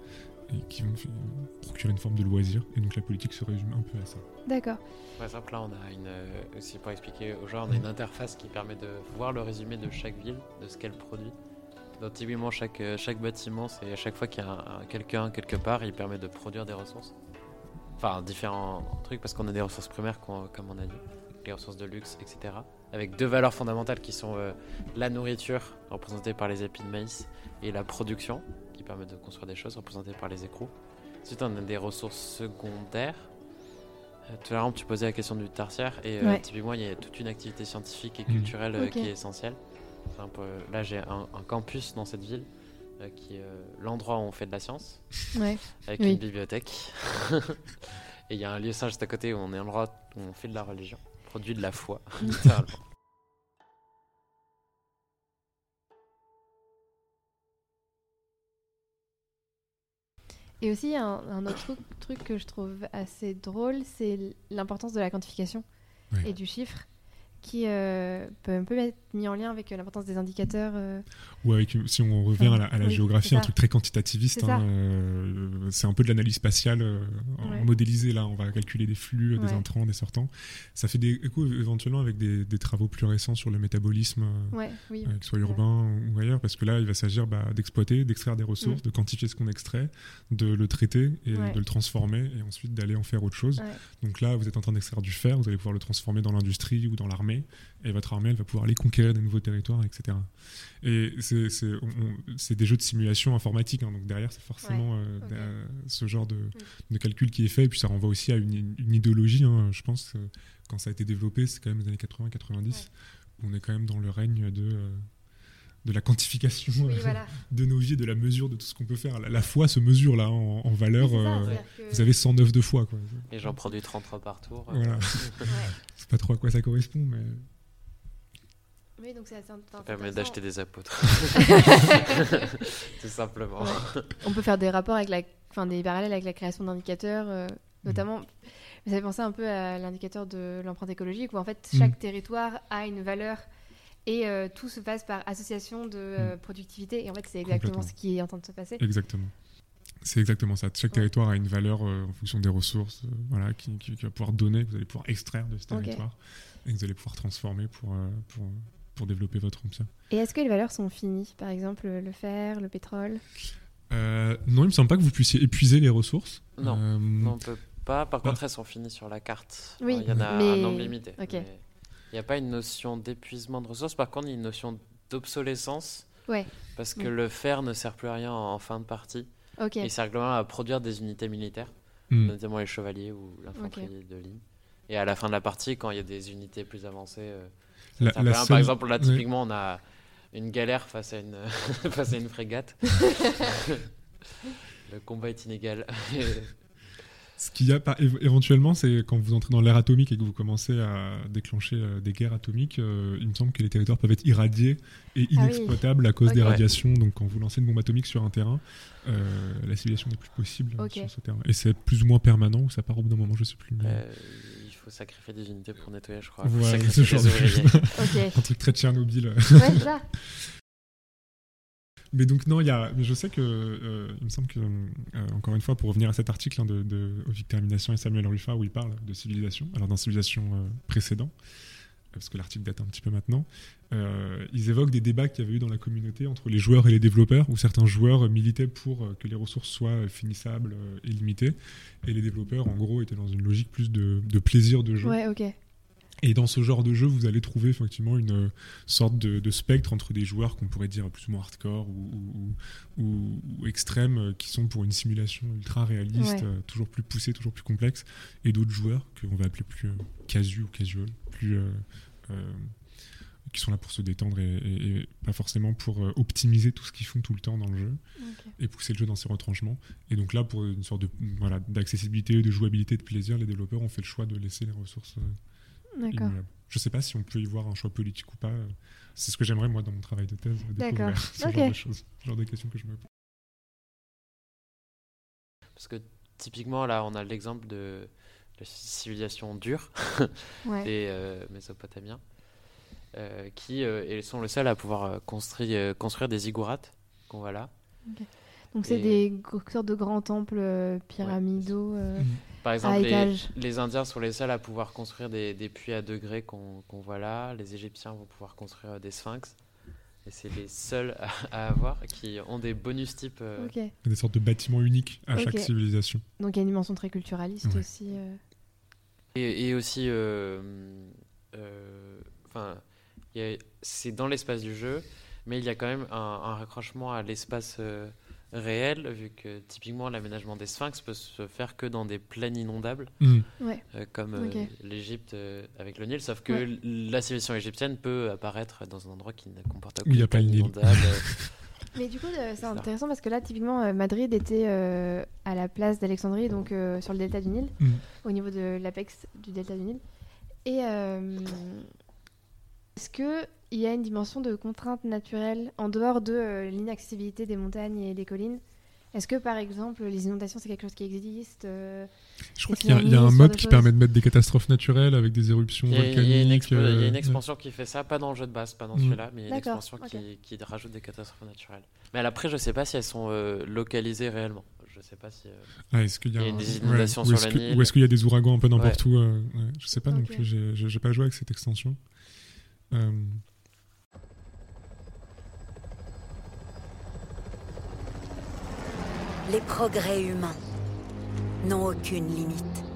et qui vont f- procurer une forme de loisir. Et donc la politique se résume un peu à ça. D'accord. Par exemple, là, on a une, euh, aussi pour expliquer aux gens, on a une interface qui permet de voir le résumé de chaque ville, de ce qu'elle produit. Donc, typiquement, chaque, euh, chaque bâtiment, c'est à chaque fois qu'il y a un, un- quelqu'un quelque part, il permet de produire des ressources. Enfin, différents trucs, parce qu'on a des ressources primaires, qu'on- comme on a dit, les ressources de luxe, et cetera. Avec deux valeurs fondamentales qui sont euh, la nourriture, représentée par les épis de maïs, et la production, qui permet de construire des choses, représentée par les écrous. Ensuite, on a des ressources secondaires. Euh, Tout à l'heure, tu posais la question du tertiaire, et euh, Ouais. typiquement, il y a toute une activité scientifique et Mhm. culturelle euh, Ok. qui est essentielle. Par exemple, euh, là, j'ai un, un campus dans cette ville, euh, qui est euh, l'endroit où on fait de la science, Ouais. avec Oui. une bibliothèque. Et il y a un lieu saint juste à côté où on est un endroit où on fait de la religion, produit de la foi, littéralement. Et aussi, un, un autre truc, truc que je trouve assez drôle, c'est l'importance de la quantification Ouais. et du chiffre, qui euh, peut un peu être mis en lien avec euh, l'importance des indicateurs. euh. Ou avec, si on revient à la, à la Oui, c'est géographie, ça. un truc très quantitativiste, C'est ça. hein, euh, c'est un peu de l'analyse spatiale euh, en Ouais. modélisée. Là, on va calculer des flux, euh, des Ouais. entrants, des sortants. Ça fait des échos éventuellement avec des, des travaux plus récents sur le métabolisme, euh, Ouais, oui. euh, que ce soit urbain ou ailleurs, parce que là, il va s'agir bah, d'exploiter, d'extraire des ressources, Mm. de quantifier ce qu'on extrait, de le traiter et Ouais. de le transformer, et ensuite d'aller en faire autre chose. Ouais. Donc là, vous êtes en train d'extraire du fer, vous allez pouvoir le transformer dans l'industrie ou dans l'armée, et votre armée, elle va pouvoir aller conquérir des nouveaux territoires, et cetera. Et c'est, c'est, on- on- c'est des jeux de simulation informatique, hein, donc derrière, c'est forcément euh, ok. euh, ce genre de, de calcul qui est fait, et puis ça renvoie aussi à une, une idéologie, hein, je pense, que quand ça a été développé, c'est quand même les années quatre-vingts quatre-vingt-dix, où on est quand même dans le règne de... euh, de la quantification Oui, euh, voilà. de nos vies et de la mesure de tout ce qu'on peut faire. La, la foi se mesure là en, en valeur. Oui, c'est ça, euh, c'est-à-dire que- vous avez cent neuf de foi, quoi. Et j'en produis trente-trois par tour. euh, Voilà. Ouais. C'est pas trop à quoi ça correspond, mais Oui, donc c'est assez int- Ça permet intéressant. d'acheter des apôtres. Tout simplement. Ouais. On peut faire des rapports avec la, enfin des parallèles avec la création d'indicateurs, euh, notamment. Vous avez pensé un peu à l'indicateur de l'empreinte écologique, où en fait Mm. chaque territoire a une valeur et euh, tout se passe par association de euh, productivité. Et en fait, c'est exactement Complètement. ce qui est en train de se passer. exactement. C'est exactement ça. Chaque Ouais. territoire a une valeur euh, en fonction des ressources, euh, voilà, qui, qui- qui va pouvoir donner, que vous allez pouvoir extraire de ce Ok. territoire, et que vous allez pouvoir transformer pour, euh, pour, pour développer votre empire. Et est-ce que les valeurs sont finies? Par exemple, le fer, le pétrole. Euh, non, il me semble pas que vous puissiez épuiser les ressources. Non. Euh, Non, on peut pas. Par Ah. contre, elles sont finies sur la carte. Oui, Il y en a mais- un nombre limité. ok. Mais il n'y a pas une notion d'épuisement de ressources. Par contre, il y a une notion d'obsolescence. Ouais. Parce que Oui. le fer ne sert plus à rien en, en fin de partie. Ok. Il sert globalement à produire des unités militaires, hmm. notamment les chevaliers ou l'infanterie de ligne. Et à la fin de la partie, quand il y a des unités plus avancées, euh, ça La- sert la plus à rien. seule- Par exemple, là, ouais. typiquement, on a une galère face à une, face à une frégate. Le combat est inégal. Ce qu'il y a pas, éve- éventuellement, c'est quand vous entrez dans l'ère atomique et que vous commencez à déclencher euh, des guerres atomiques, euh, il me semble que les territoires peuvent être irradiés et Ah oui. inexploitables à cause Ok. des Ouais. radiations. Donc quand vous lancez une bombe atomique sur un terrain, euh, la civilisation n'est plus possible Ok. sur ce terrain. Et c'est plus ou moins permanent ou ça part au bout d'un moment, je sais plus. mais- Euh, il faut sacrifier des unités pour nettoyer, je crois. Voilà, Sacrifier ce genre des de ouvriers. choses. Ok. Un truc très Tchernobyl. Ouais, c'est ça. Mais donc non, il y a, mais je sais que, euh, il me semble que, euh, encore une fois, pour revenir à cet article hein, de, de Ovic Termination et Samuel Ruffat où il parle de civilisation, alors d'un civilisation euh, précédent, parce que l'article date un petit peu maintenant, euh, ils évoquent des débats qu'il y avait eu dans la communauté entre les joueurs et les développeurs, où certains joueurs militaient pour euh, que les ressources soient euh, finissables euh, et limitées, et les développeurs, en gros, étaient dans une logique plus de, de plaisir de jeu. Ouais, ok. Et dans ce genre de jeu, vous allez trouver effectivement une euh, sorte de, de spectre entre des joueurs qu'on pourrait dire plus ou moins hardcore ou, ou, ou, ou extrêmes, euh, qui sont pour une simulation ultra réaliste, Ouais. euh, toujours plus poussée, toujours plus complexe, et d'autres joueurs qu'on va appeler plus euh, casu ou casual, plus, euh, euh, qui sont là pour se détendre et, et- et pas forcément pour euh, optimiser tout ce qu'ils font tout le temps dans le jeu Ok. et pousser le jeu dans ses retranchements. Et donc là, pour une sorte de, voilà, d'accessibilité, de jouabilité, de plaisir, les développeurs ont fait le choix de laisser les ressources... euh, D'accord. immuable. Je sais pas si on peut y voir un choix politique ou pas. C'est ce que j'aimerais moi dans mon travail de thèse découvrir. D'accord. Ce Ok. genre de choses, ce genre de questions que je me pose. Parce que typiquement, là, on a l'exemple de la civilisation dure Ouais. des euh, Mésopotamiens, euh, qui euh, et sont le seul à pouvoir euh, construire, euh, construire des ziggourats qu'on voit là. Donc c'est Et- des gros- sortes de grands temples euh, pyramidaux euh, Mhm. Par à exemple, les, étage. les Indiens sont les seuls à pouvoir construire des, des puits à degrés qu'on qu'on voit là. Les Égyptiens vont pouvoir construire des sphinx. Et c'est les seuls à, à avoir qui ont des bonus types. euh, Ok. Des sortes de bâtiments uniques à Ok. chaque civilisation. Donc il y a une dimension très culturaliste Ouais. aussi. euh. Et, et aussi, euh, euh, enfin, il y a- c'est dans l'espace du jeu, mais il y a quand même un, un raccrochement à l'espace euh, réel, vu que typiquement l'aménagement des sphinx peut se faire que dans des plaines inondables, Mm. Ouais. euh, comme euh, Ok. l'Égypte euh, avec le Nil, sauf que Ouais. l- la civilisation égyptienne peut apparaître dans un endroit qui ne comporte Où il y a aucune pas le plaine Nil. inondable. euh, Mais du coup, euh, c'est ça. intéressant parce que là, typiquement, euh, Madrid était euh, à la place d'Alexandrie, donc euh, sur le delta du Nil, Mm. au niveau de l'apex du delta du Nil. Et euh, est-ce qu'il y a une dimension de contrainte naturelle en dehors de euh, l'inaccessibilité des montagnes et des collines? Est-ce que, par exemple, les inondations, c'est quelque chose qui existe euh, Je crois Des qu'il y a, il y a tsunamis, un ce mode genre de qui choses. permet de mettre des catastrophes naturelles avec des éruptions Il y a, il volcaniques. y a une, expo- il y a euh, une expansion qui fait ça, pas dans le jeu de base, pas dans Mm. celui-là, mais il y a une D'accord, expansion ok. qui, qui rajoute des catastrophes naturelles. Mais après, je sais pas si elles sont euh, localisées réellement. Je sais pas si. euh, Ah, est-ce qu'il y a, Il y a un- des inondations ou sur est-ce le que- Nil. Ou est-ce qu'il y a des ouragans un peu n'importe où euh, ouais, je sais pas non Ok. plus, j'ai- j'ai j'ai pas joué avec cette extension. Euh, Les progrès humains n'ont aucune limite.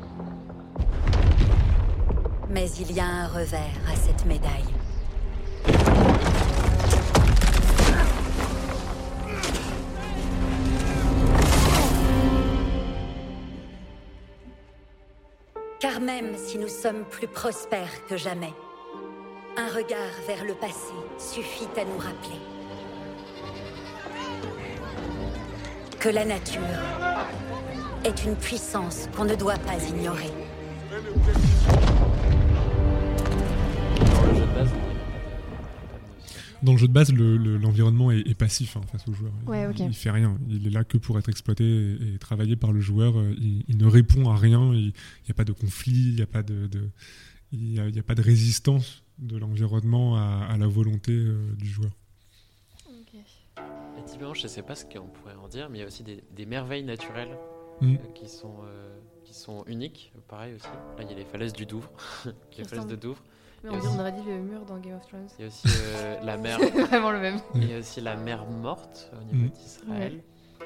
Mais il y a un revers à cette médaille. Car même si nous sommes plus prospères que jamais, un regard vers le passé suffit à nous rappeler que la nature est une puissance qu'on ne doit pas ignorer. Dans le jeu de base, non, il y a pas de- pas de- Dans le jeu de base, le- le- l'environnement est, est passif hein, face au joueur. Il- Ouais, ok. Il fait rien. Il est là que pour être exploité et, et travaillé par le joueur. Il, il ne répond à rien. Il n'y a pas de conflit. Il n'y a pas de, de- il y a, il y a pas de résistance de l'environnement à, à la volonté euh, du joueur. Et typiquement, je sais pas ce qu'on pourrait en dire, mais il y a aussi des, des merveilles naturelles Mm. euh, qui, sont, euh, qui sont uniques. Pareil aussi. Là, il y a les falaises du Douvre. les falaises de Douvre. Mais Et on, aussi- on aurait dit le mur dans Game of Thrones. Il y a aussi euh, la mer. C'est vraiment le même. Il y a aussi la mer morte au niveau Mm. d'Israël.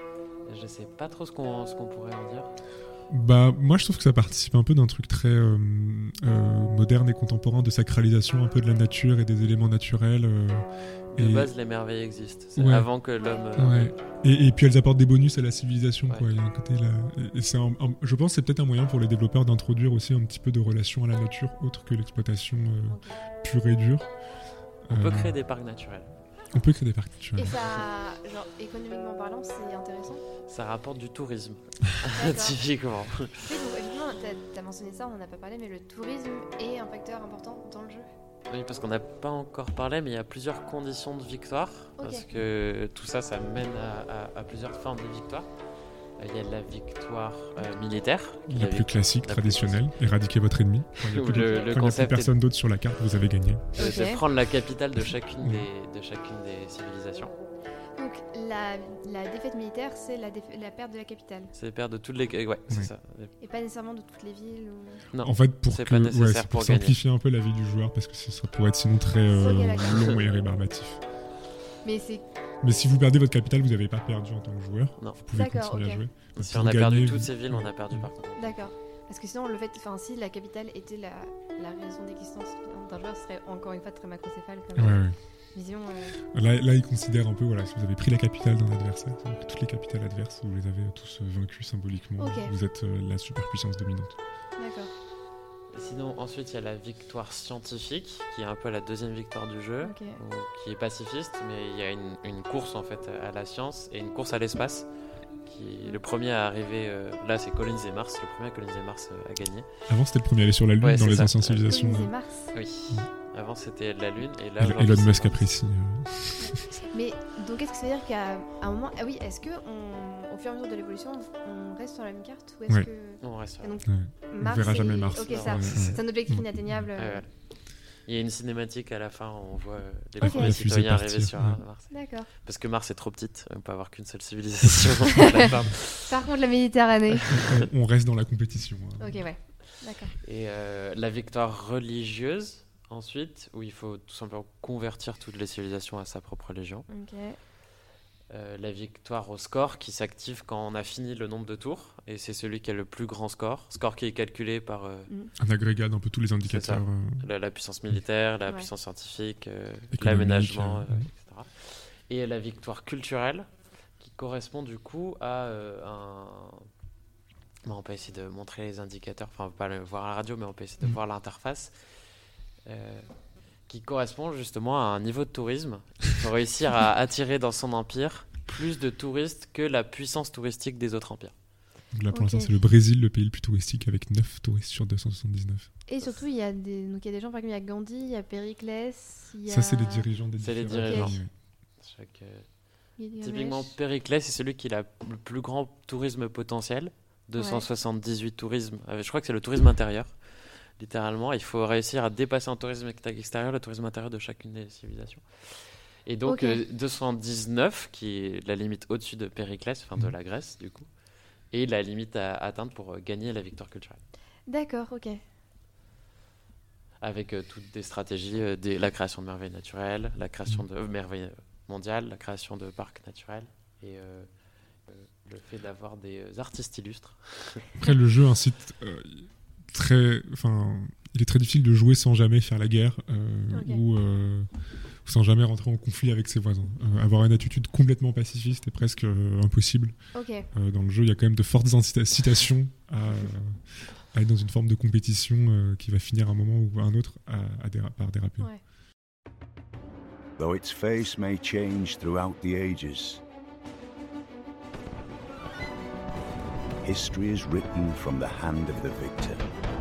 Et je sais pas trop ce qu'on ce qu'on pourrait en dire. Bah, moi, je trouve que ça participe un peu d'un truc très euh, euh, moderne et contemporain de sacralisation un peu de la nature et des éléments naturels. euh, De et, base, les merveilles existent. C'est Ouais. avant que l'homme. euh, ouais. et, et puis elles apportent des bonus à la civilisation. Ouais. Quoi. Il y a un côté là. Et, et c'est un- un- je pense que c'est peut-être un moyen pour les développeurs d'introduire aussi un petit peu de relation à la nature autre que l'exploitation euh, pure et dure. On peut Euh, créer des parcs naturels. on peut créer des parcs naturels. Et ça, genre, économiquement parlant, c'est intéressant. Ça rapporte du tourisme, D'accord. typiquement. Oui, donc, effectivement, t'as- t'as mentionné ça, on n'en a pas parlé, mais le tourisme est un facteur important dans le jeu. Oui, parce qu'on n'a pas encore parlé, mais il y a plusieurs conditions de victoire. Ok. Parce que tout ça, ça mène à, à- à plusieurs formes de victoire. Euh, Il y a la victoire euh, militaire. qui est La la plus vic- classique, la plus traditionnelle, éradiquer votre ennemi. Quand il n'y a Ou plus, de- le- le quand il y a plus concept est- personne d'autre sur la carte, vous avez gagné. euh, Ok. de prendre la capitale de chacune, Mm. des, de chacune des civilisations. Donc, la, la défaite militaire, c'est la, défa- la perte de la capitale. C'est perdre de toutes les. Ouais, c'est Ouais. ça. Et pas nécessairement de toutes les villes. Ou... Non. En fait, pour, c'est que, pas ouais, nécessaire c'est pour, pour gagner. simplifier un peu la vie du joueur, parce que ce ça pourrait être sinon très euh, Ok, d'accord. long et rébarbatif. Mais c'est. Mais si vous perdez votre capitale, vous n'avez pas perdu en tant que joueur. Non. Vous pouvez D'accord, continuer ok. à jouer. Si Si on vous a perdu gagnez, toutes vous- ces villes, on a perdu par contre. D'accord. Parce que sinon, le fait. Enfin, si la capitale était la, la raison d'existence d'un joueur, ce serait encore une fois très macrocéphale comme Ouais, euh, ouais. vision. euh. Là, là, il considère un peu, voilà, si vous avez pris la capitale d'un adversaire, donc toutes les capitales adverses, vous les avez tous euh, vaincus symboliquement. Ok. Vous êtes euh, la superpuissance dominante. D'accord. Sinon, ensuite, il y a la victoire scientifique, qui est un peu la deuxième victoire du jeu, Ok. ou- qui est pacifiste, mais il y a une, une course en fait à la science et une course à l'espace. Qui le premier à arriver, euh, là c'est Collins et Mars, le premier à Collins et Mars euh, a gagné. Avant, c'était le premier à aller sur la Lune Ouais, dans c'est les ça. anciennes Euh, civilisations. Collins et euh, Mars. Oui. Avant c'était la Lune et là Elon aujourd'hui, Elon c'est Musk Mars. apprécie. euh, Mais donc, est-ce que ça veut dire qu'à un moment. Ah oui, est-ce qu'au fur et à mesure de l'évolution, on reste sur la même carte ou est-ce Ouais. que. On reste sur Et la- donc, Ouais. Mars. verra est- jamais Mars. Ok, Ouais, ça. ouais. C'est un objectif inatteignable. Ouais, euh, ouais. Il y a une cinématique à la fin où on voit euh, les Ok. premiers La fusée citoyens arriver partir, sur ouais. Mars. D'accord. Parce que Mars est trop petite, on peut avoir qu'une seule civilisation. à la fin. Par contre, la Méditerranée. on, on reste dans la compétition. hein. Ok, ouais. D'accord. Et euh, la victoire religieuse, ensuite, où il faut tout simplement convertir toutes les civilisations à sa propre religion. Ok. Euh, la victoire au score qui s'active quand on a fini le nombre de tours, et c'est celui qui a le plus grand score. Score qui est calculé par euh, Un agrégat d'un peu tous les indicateurs. euh, la, la puissance militaire, la Ouais. puissance scientifique, euh, Économique, l'aménagement, euh, euh, et cetera. Et la victoire culturelle qui correspond du coup à euh, un... Bon, on peut essayer de montrer les indicateurs, enfin on peut pas le voir à la radio, mais on peut essayer de Mm. voir l'interface. Euh, qui correspond justement à un niveau de tourisme. Il faut réussir à attirer dans son empire plus de touristes que la puissance touristique des autres empires. Donc là, pour Ok. l'instant, c'est le Brésil, le pays le plus touristique, avec neuf touristes sur deux cent soixante-dix-neuf. Et surtout, il y a des, donc il y a des gens, par exemple, il y a Gandhi, il y a Périclès, il y a... Ça, c'est les dirigeants des C'est les différents dirigeants. pays, ouais. Chaque, euh, Gilgamesh. Typiquement, Périclès, c'est celui qui a le plus grand tourisme potentiel. deux cent soixante-dix-huit tourismes. Euh, Je crois que c'est le tourisme intérieur. Littéralement, il faut réussir à dépasser en tourisme extérieur le tourisme intérieur de chacune des civilisations. Et donc, Ok. euh, deux cent dix-neuf, qui est la limite au-dessus de Périclès, enfin de Mhm. la Grèce, du coup, et la limite à atteindre pour euh, gagner la victoire culturelle. D'accord, ok. Avec euh, toutes des stratégies, euh, des- la création de merveilles naturelles, la création de euh, merveilles mondiales, la création de parcs naturels, et euh, euh, le fait d'avoir des euh, artistes illustres. Après, le jeu incite euh, très. Enfin, il est très difficile de jouer sans jamais faire la guerre euh, Ok. ou euh, sans jamais rentrer en conflit avec ses voisins. Euh, avoir une attitude complètement pacifiste est presque euh, impossible. Ok. Euh, dans le jeu, il y a quand même de fortes incita- incitations à, à être dans une forme de compétition euh, qui va finir à un moment ou à un autre à, à déra- par déraper. Ouais. Though its face may change throughout the ages, history is written from the hand of the victor.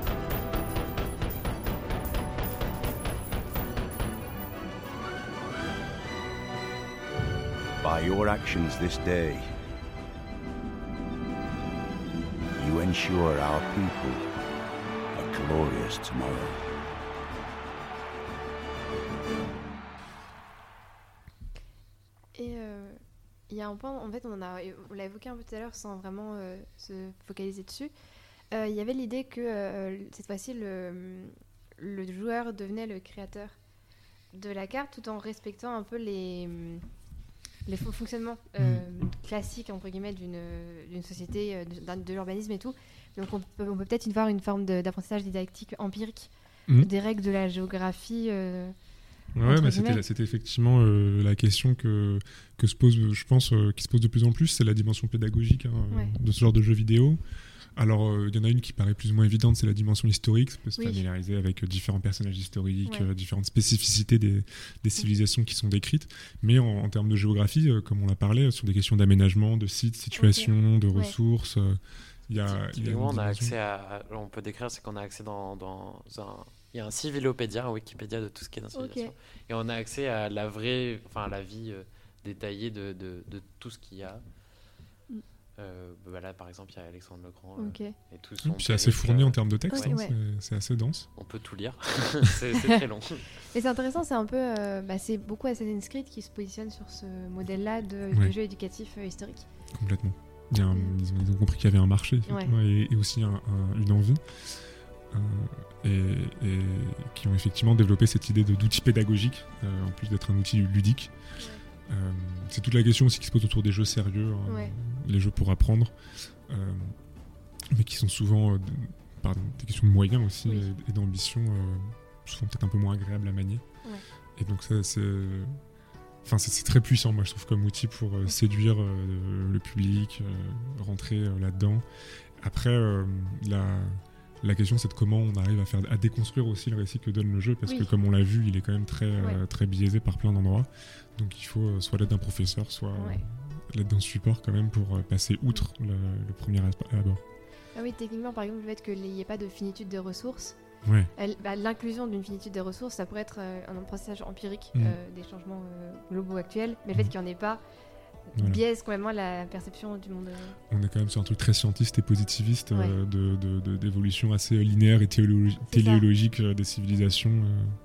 By your actions this day, you ensure our people a glorious tomorrow. Et euh, il y a un point, en fait, on, en a, on l'a évoqué un peu tout à l'heure sans vraiment euh, se focaliser dessus. Euh, Il y avait l'idée que euh, cette fois-ci, le, le joueur devenait le créateur de la carte tout en respectant un peu les, les fon- fonctionnements euh, classiques, entre guillemets, d'une, d'une société, euh, de, d'un- de l'urbanisme et tout. Donc on peut, on peut peut-être y voir une forme de- d'apprentissage didactique empirique Mhm. des règles de la géographie. euh, Ouais, entre bah, c'était, guillemets. c'était effectivement euh, la question que, que se pose, je pense, euh, qui se pose de plus en plus, c'est la dimension pédagogique hein, Ouais. de ce genre de jeux vidéo. Alors, il y en a une qui paraît plus ou moins évidente, c'est la dimension historique. Ça peut se Oui. familiariser avec euh, différents personnages historiques, Ouais. euh, différentes spécificités des, des civilisations qui sont décrites. Mais en, en termes de géographie, euh, comme on l'a parlé, euh, sur des questions d'aménagement, de sites, situations, de Ouais. ressources, euh, il y a, il y a une Typiquement, on a dimension- accès à, on peut décrire, c'est qu'on a accès dans, dans un, il y a un civilopédia, un Wikipédia de tout ce qui est dans la Ok. civilisation, et on a accès à la vraie, enfin à la vie euh, détaillée de, de, de tout ce qu'il y a. Mm. Euh, bah là, par exemple, il y a Alexandre le Grand euh, Ok. et tout Oui, son puis c'est assez périple, fourni euh, en termes de texte, Ouais, hein, ouais. c'est, c'est assez dense. On peut tout lire, c'est, c'est très long. Et c'est intéressant, c'est un peu, euh, bah, c'est beaucoup Assassin's Creed qui se positionne sur ce modèle-là de, Ouais. de jeu éducatif euh, historique. Complètement. Il y a un- ils, ont, ils ont compris qu'il y avait un marché effectivement, et, et aussi un- un- une envie. Euh, et, et qui ont effectivement développé cette idée de, d'outil pédagogique, euh, en plus d'être un outil ludique. Euh, c'est toute la question aussi qui se pose autour des jeux sérieux, hein, Ouais. les jeux pour apprendre, euh, mais qui sont souvent euh, de- par des questions de moyens aussi Oui. et, et d'ambition, euh, souvent peut-être un peu moins agréables à manier. Ouais. Et donc ça, c'est... Enfin, c'est, c'est très puissant, moi, je trouve, comme outil pour euh, séduire euh, le public, euh, rentrer euh, là-dedans. Après, euh, la, la question, c'est de comment on arrive à, faire, à déconstruire aussi le récit que donne le jeu, parce Oui. que, comme on l'a vu, il est quand même très, euh, Ouais. très biaisé par plein d'endroits. Donc, il faut euh, soit l'aide d'un professeur, soit Ouais. euh, l'aide d'un support, quand même, pour euh, passer outre le, le premier aspe- abord. Ah oui, techniquement, par exemple, le fait qu'il n'y ait pas de finitude de ressources, Ouais. elle- bah, l'inclusion d'une finitude de ressources, ça pourrait être euh, un apprentissage empirique Mm. euh, des changements euh, globaux actuels, mais le fait Mm. qu'il n'y en ait pas Voilà. biaise complètement la perception du monde. euh, On est quand même sur un truc très scientiste et positiviste, Ouais. euh, de, de- de- d'évolution assez linéaire et théologi- C'est ça. téléologique euh, des civilisations. euh,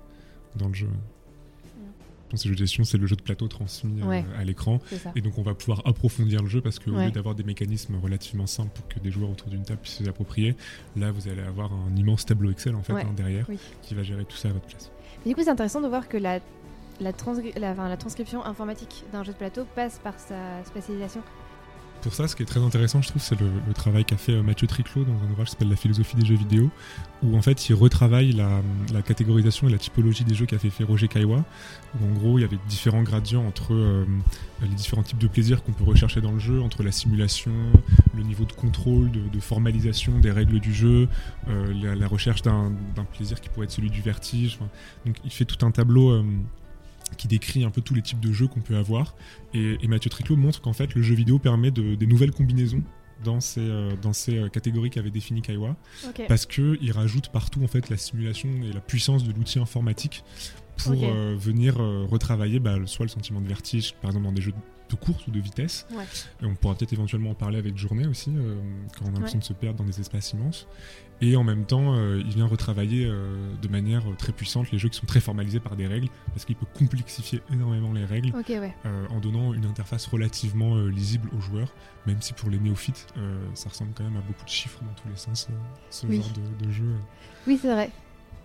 dans le jeu. Dans ces jeux de gestion, c'est le jeu de plateau transmis Ouais. euh, à l'écran. C'est ça. Et donc on va pouvoir approfondir le jeu parce qu'au Ouais. lieu d'avoir des mécanismes relativement simples pour que des joueurs autour d'une table puissent se les approprier, là vous allez avoir un immense tableau Excel en fait Ouais. hein, derrière Oui. qui va gérer tout ça à votre place. Mais du coup, c'est intéressant de voir que la, la, transcri- la, enfin, la transcription informatique d'un jeu de plateau passe par sa spécialisation. Pour ça, ce qui est très intéressant, je trouve, c'est le, le travail qu'a fait euh, Mathieu Triclot dans un ouvrage qui s'appelle La philosophie des jeux vidéo, où en fait il retravaille la, la catégorisation et la typologie des jeux qu'a fait, fait Roger Caillois, où en gros il y avait différents gradients entre euh, les différents types de plaisirs qu'on peut rechercher dans le jeu, entre la simulation, le niveau de contrôle, de, de formalisation des règles du jeu, euh, la, la recherche d'un, d'un plaisir qui pourrait être celui du vertige. Enfin, donc il fait tout un tableau euh, qui décrit un peu tous les types de jeux qu'on peut avoir. Et, et Mathieu Triclot montre qu'en fait, le jeu vidéo permet de, des nouvelles combinaisons dans ces, euh, dans ces euh, catégories qu'avait défini Caillois, Ok. parce qu'il rajoute partout en fait, la simulation et la puissance de l'outil informatique pour Ok. euh, venir euh, retravailler bah, soit le sentiment de vertige, par exemple dans des jeux de course ou de vitesse. Ouais. Et on pourra peut-être éventuellement en parler avec Journée aussi, euh, quand on a l'impression Ouais. de se perdre dans des espaces immenses. Et en même temps, euh, il vient retravailler euh, de manière euh, très puissante les jeux qui sont très formalisés par des règles, parce qu'il peut complexifier énormément les règles Ok, ouais. euh, en donnant une interface relativement euh, lisible aux joueurs, même si pour les néophytes, euh, ça ressemble quand même à beaucoup de chiffres dans tous les sens, euh, ce Oui. genre de, de jeu. Oui, c'est vrai.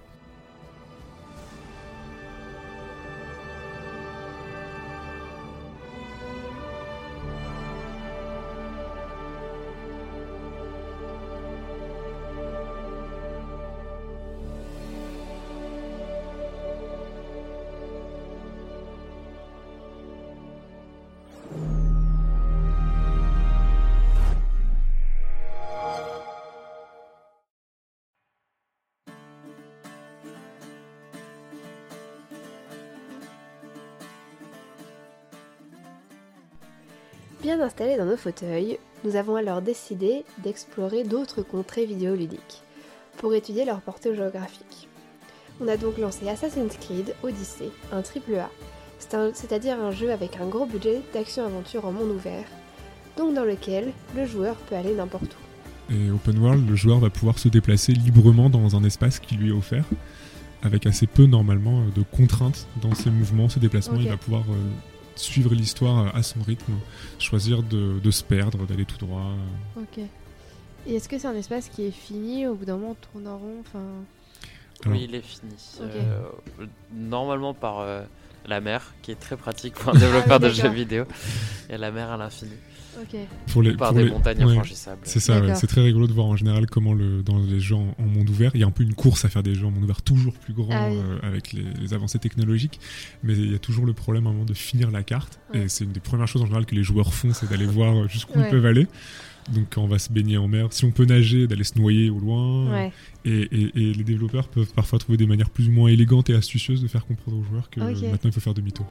Bien installés dans nos fauteuils, nous avons alors décidé d'explorer d'autres contrées vidéoludiques pour étudier leur portée géographique. On a donc lancé Assassin's Creed Odyssey, un triple A, c'est un- c'est-à-dire un jeu avec un gros budget d'action-aventure en monde ouvert, donc dans lequel le joueur peut aller n'importe où. Et open world, le joueur va pouvoir se déplacer librement dans un espace qui lui est offert, avec assez peu normalement euh, de contraintes dans ses mouvements, ses déplacements. Ok. Il va pouvoir euh, suivre l'histoire à son rythme, choisir de, de se perdre, d'aller tout droit. Ok. Et est-ce que c'est un espace qui est fini au bout d'un moment, on tourne en rond, enfin... Alors- Oui, il est fini. Ok. Euh, normalement par euh, la mer, qui est très pratique pour un développeur de d'accord. jeux vidéo. Il y a la mer à l'infini. Ok. Pour les, Par pour des les- montagnes ouais, infranchissables. C'est ça, ouais. D'accord. C'est très rigolo de voir en général comment le, dans les jeux en, en monde ouvert, il y a un peu une course à faire des jeux en monde ouvert toujours plus grands Ah oui. euh, avec les, les avancées technologiques, mais il y a toujours le problème à un moment de finir la carte, Ouais. et c'est une des premières choses en général que les joueurs font, c'est d'aller voir jusqu'où Ouais. ils peuvent aller. Donc quand on va se baigner en mer, si on peut nager, d'aller se noyer au loin, Ouais. et, et- et les développeurs peuvent parfois trouver des manières plus ou moins élégantes et astucieuses de faire comprendre aux joueurs que Ok. maintenant il faut faire demi-tour.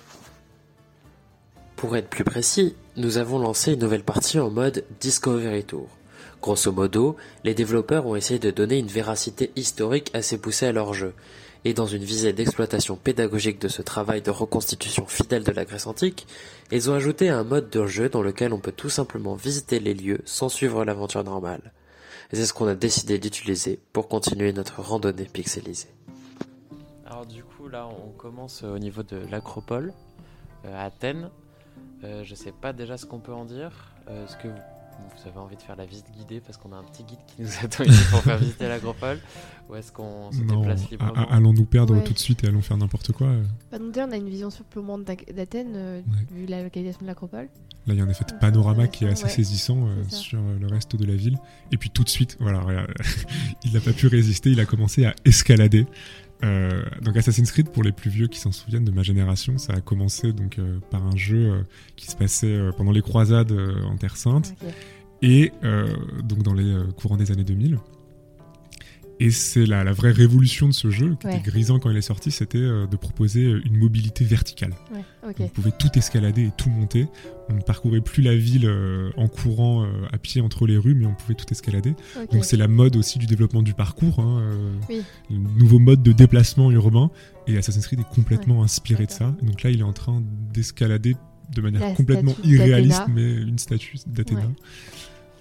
Pour être plus précis, nous avons lancé une nouvelle partie en mode Discovery Tour. Grosso modo, les développeurs ont essayé de donner une véracité historique assez poussée à leur jeu, et dans une visée d'exploitation pédagogique de ce travail de reconstitution fidèle de la Grèce antique, ils ont ajouté un mode de jeu dans lequel on peut tout simplement visiter les lieux sans suivre l'aventure normale. Et c'est ce qu'on a décidé d'utiliser pour continuer notre randonnée pixelisée. Alors du coup là on commence au niveau de l'Acropole, euh, à Athènes. Euh, je sais pas déjà ce qu'on peut en dire. Euh, Est-ce que vous, vous avez envie de faire la visite guidée parce qu'on a un petit guide qui nous attend ici pour faire visiter l'Acropole, ou est-ce qu'on se Non, déplace a- librement? a- allons nous perdre Ouais. tout de suite et allons faire n'importe quoi. euh. Bah, donc déjà, on a une vision surplombante d'Ac- d'Athènes, euh, Ouais. vu la localisation de l'acropole. Là, il y a un effet de Donc, panorama qui est intéressant, assez ouais. saisissant euh, C'est ça. sur euh, le reste de la ville. Et puis tout de suite, voilà, regarde, il n'a pas pu résister, il a commencé à escalader. Euh, donc Assassin's Creed, pour les plus vieux qui s'en souviennent de ma génération, ça a commencé donc euh, par un jeu euh, qui se passait euh, pendant les croisades euh, en Terre Sainte, Ok. et euh, donc dans les euh, courants des années deux mille. Et c'est la, la vraie révolution de ce jeu, qui Ouais. était grisant quand il est sorti, c'était euh, de proposer euh, une mobilité verticale. Ouais, ok. On pouvait tout escalader et tout monter. On ne parcourait plus la ville euh, en courant euh, à pied entre les rues, mais on pouvait tout escalader. Ok. Donc c'est la mode aussi du développement du parcours, hein, euh, Oui. le nouveau mode de déplacement urbain. Et Assassin's Creed est complètement inspiré de ça. D'accord. Donc là, il est en train d'escalader de manière La complètement statue irréaliste, d'Athéna. mais une statue d'Athéna. Ouais.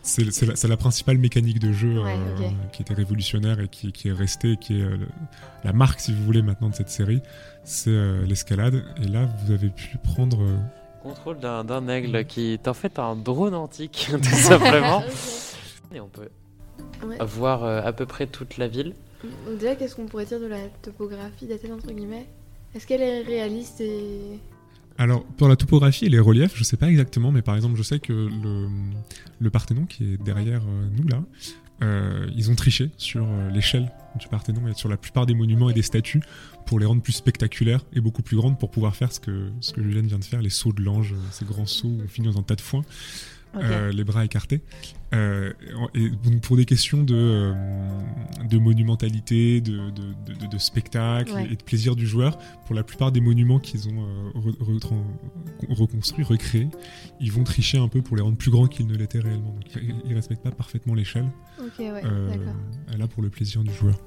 c'est, c'est, la, c'est la principale mécanique de jeu Ouais, euh, ok. qui était révolutionnaire et qui, qui est restée, qui est euh, le- la marque, si vous voulez, maintenant de cette série. C'est euh, l'escalade. Et là, vous avez pu prendre. euh, Contrôle d'un, d'un aigle qui est en fait un drone antique, tout simplement. Et on peut Ouais. voir euh, à peu près toute la ville. Donc déjà, qu'est-ce qu'on pourrait dire de la topographie d'Athènes, entre guillemets? Est-ce qu'elle est réaliste et... Alors, pour la topographie et les reliefs, je sais pas exactement, mais par exemple, je sais que le, le Parthénon, qui est derrière euh, nous là, euh, ils ont triché sur euh, l'échelle du Parthénon et sur la plupart des monuments et des statues pour les rendre plus spectaculaires et beaucoup plus grandes pour pouvoir faire ce que, ce que Julienne vient de faire, les sauts de l'ange, euh, ces grands sauts où on finit dans un tas de foin, Ok. euh, les bras écartés. Euh, et donc pour des questions de, euh, de monumentalité, de, de, de, de spectacle Ouais. et de plaisir du joueur, pour la plupart des monuments qu'ils ont euh, re- retran- reconstruits, recréés, ils vont tricher un peu pour les rendre plus grands qu'ils ne l'étaient réellement. Donc ils, ils respectent pas parfaitement l'échelle, Ok, ouais, euh, d'accord. là pour le plaisir du joueur.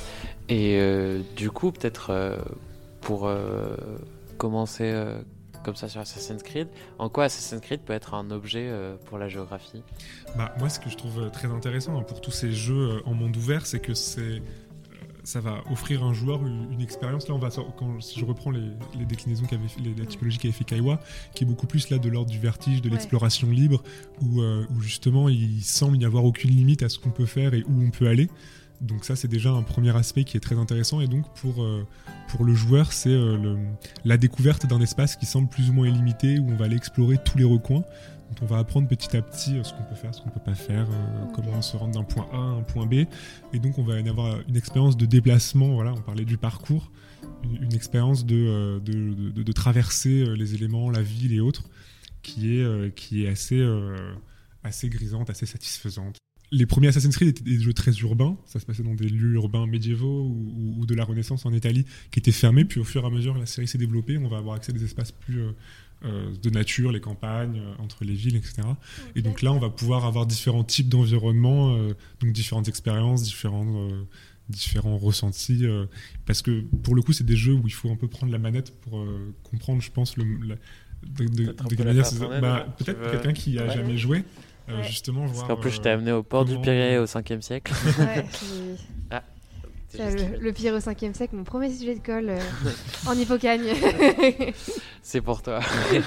Et euh, du coup, peut-être euh, pour euh, commencer euh, comme ça sur Assassin's Creed, en quoi Assassin's Creed peut être un objet euh, pour la géographie? Bah, moi, ce que je trouve euh, très intéressant hein, pour tous ces jeux euh, en monde ouvert, c'est que c'est, euh, ça va offrir à un joueur une, une expérience. Là, on va sor- quand si je reprends les, les déclinaisons qu'avait fait, les, la typologie qu'avait fait Kaiwa, qui est beaucoup plus là de l'ordre du vertige, de Ouais. l'exploration libre, où, euh, où justement il semble n'y avoir aucune limite à ce qu'on peut faire et où on peut aller. Donc ça, c'est déjà un premier aspect qui est très intéressant. Et donc pour euh, pour le joueur, c'est euh, le, la découverte d'un espace qui semble plus ou moins illimité, où on va aller explorer tous les recoins. Donc on va apprendre petit à petit euh, ce qu'on peut faire, ce qu'on peut pas faire, euh, Ok. comment se rendre d'un point A à un point B. Et donc on va y avoir une expérience de déplacement. Voilà, on parlait du parcours, une, une expérience de, euh, de, de, de traverser euh, les éléments, la ville et autres, qui est euh, qui est assez euh, assez grisante, assez satisfaisante. Les premiers Assassin's Creed étaient des jeux très urbains, ça se passait dans des lieux urbains médiévaux ou, ou- ou de la Renaissance en Italie qui étaient fermés, puis au fur et à mesure la série s'est développée, on va avoir accès à des espaces plus euh, euh, de nature, les campagnes, euh, entre les villes, et cetera. Et donc là on va pouvoir avoir différents types d'environnements, euh, donc différentes expériences, différents, euh, différents ressentis, euh, parce que pour le coup c'est des jeux où il faut un peu prendre la manette pour euh, comprendre, je pense, le, la, de, de, Peut-être un de peu quelle la manière faire c'est- tourner, bah, non? peut-être Tu veux- quelqu'un qui a Ouais. jamais joué, euh, Ouais. justement Parce voir qu'en plus, je t'ai euh, amené au port du comment- Pirée au cinquième siècle. Ouais, j'ai- C'est Tiens, juste- le, le pire au cinquième siècle, mon premier sujet de colle euh, en hippocagne. C'est pour toi.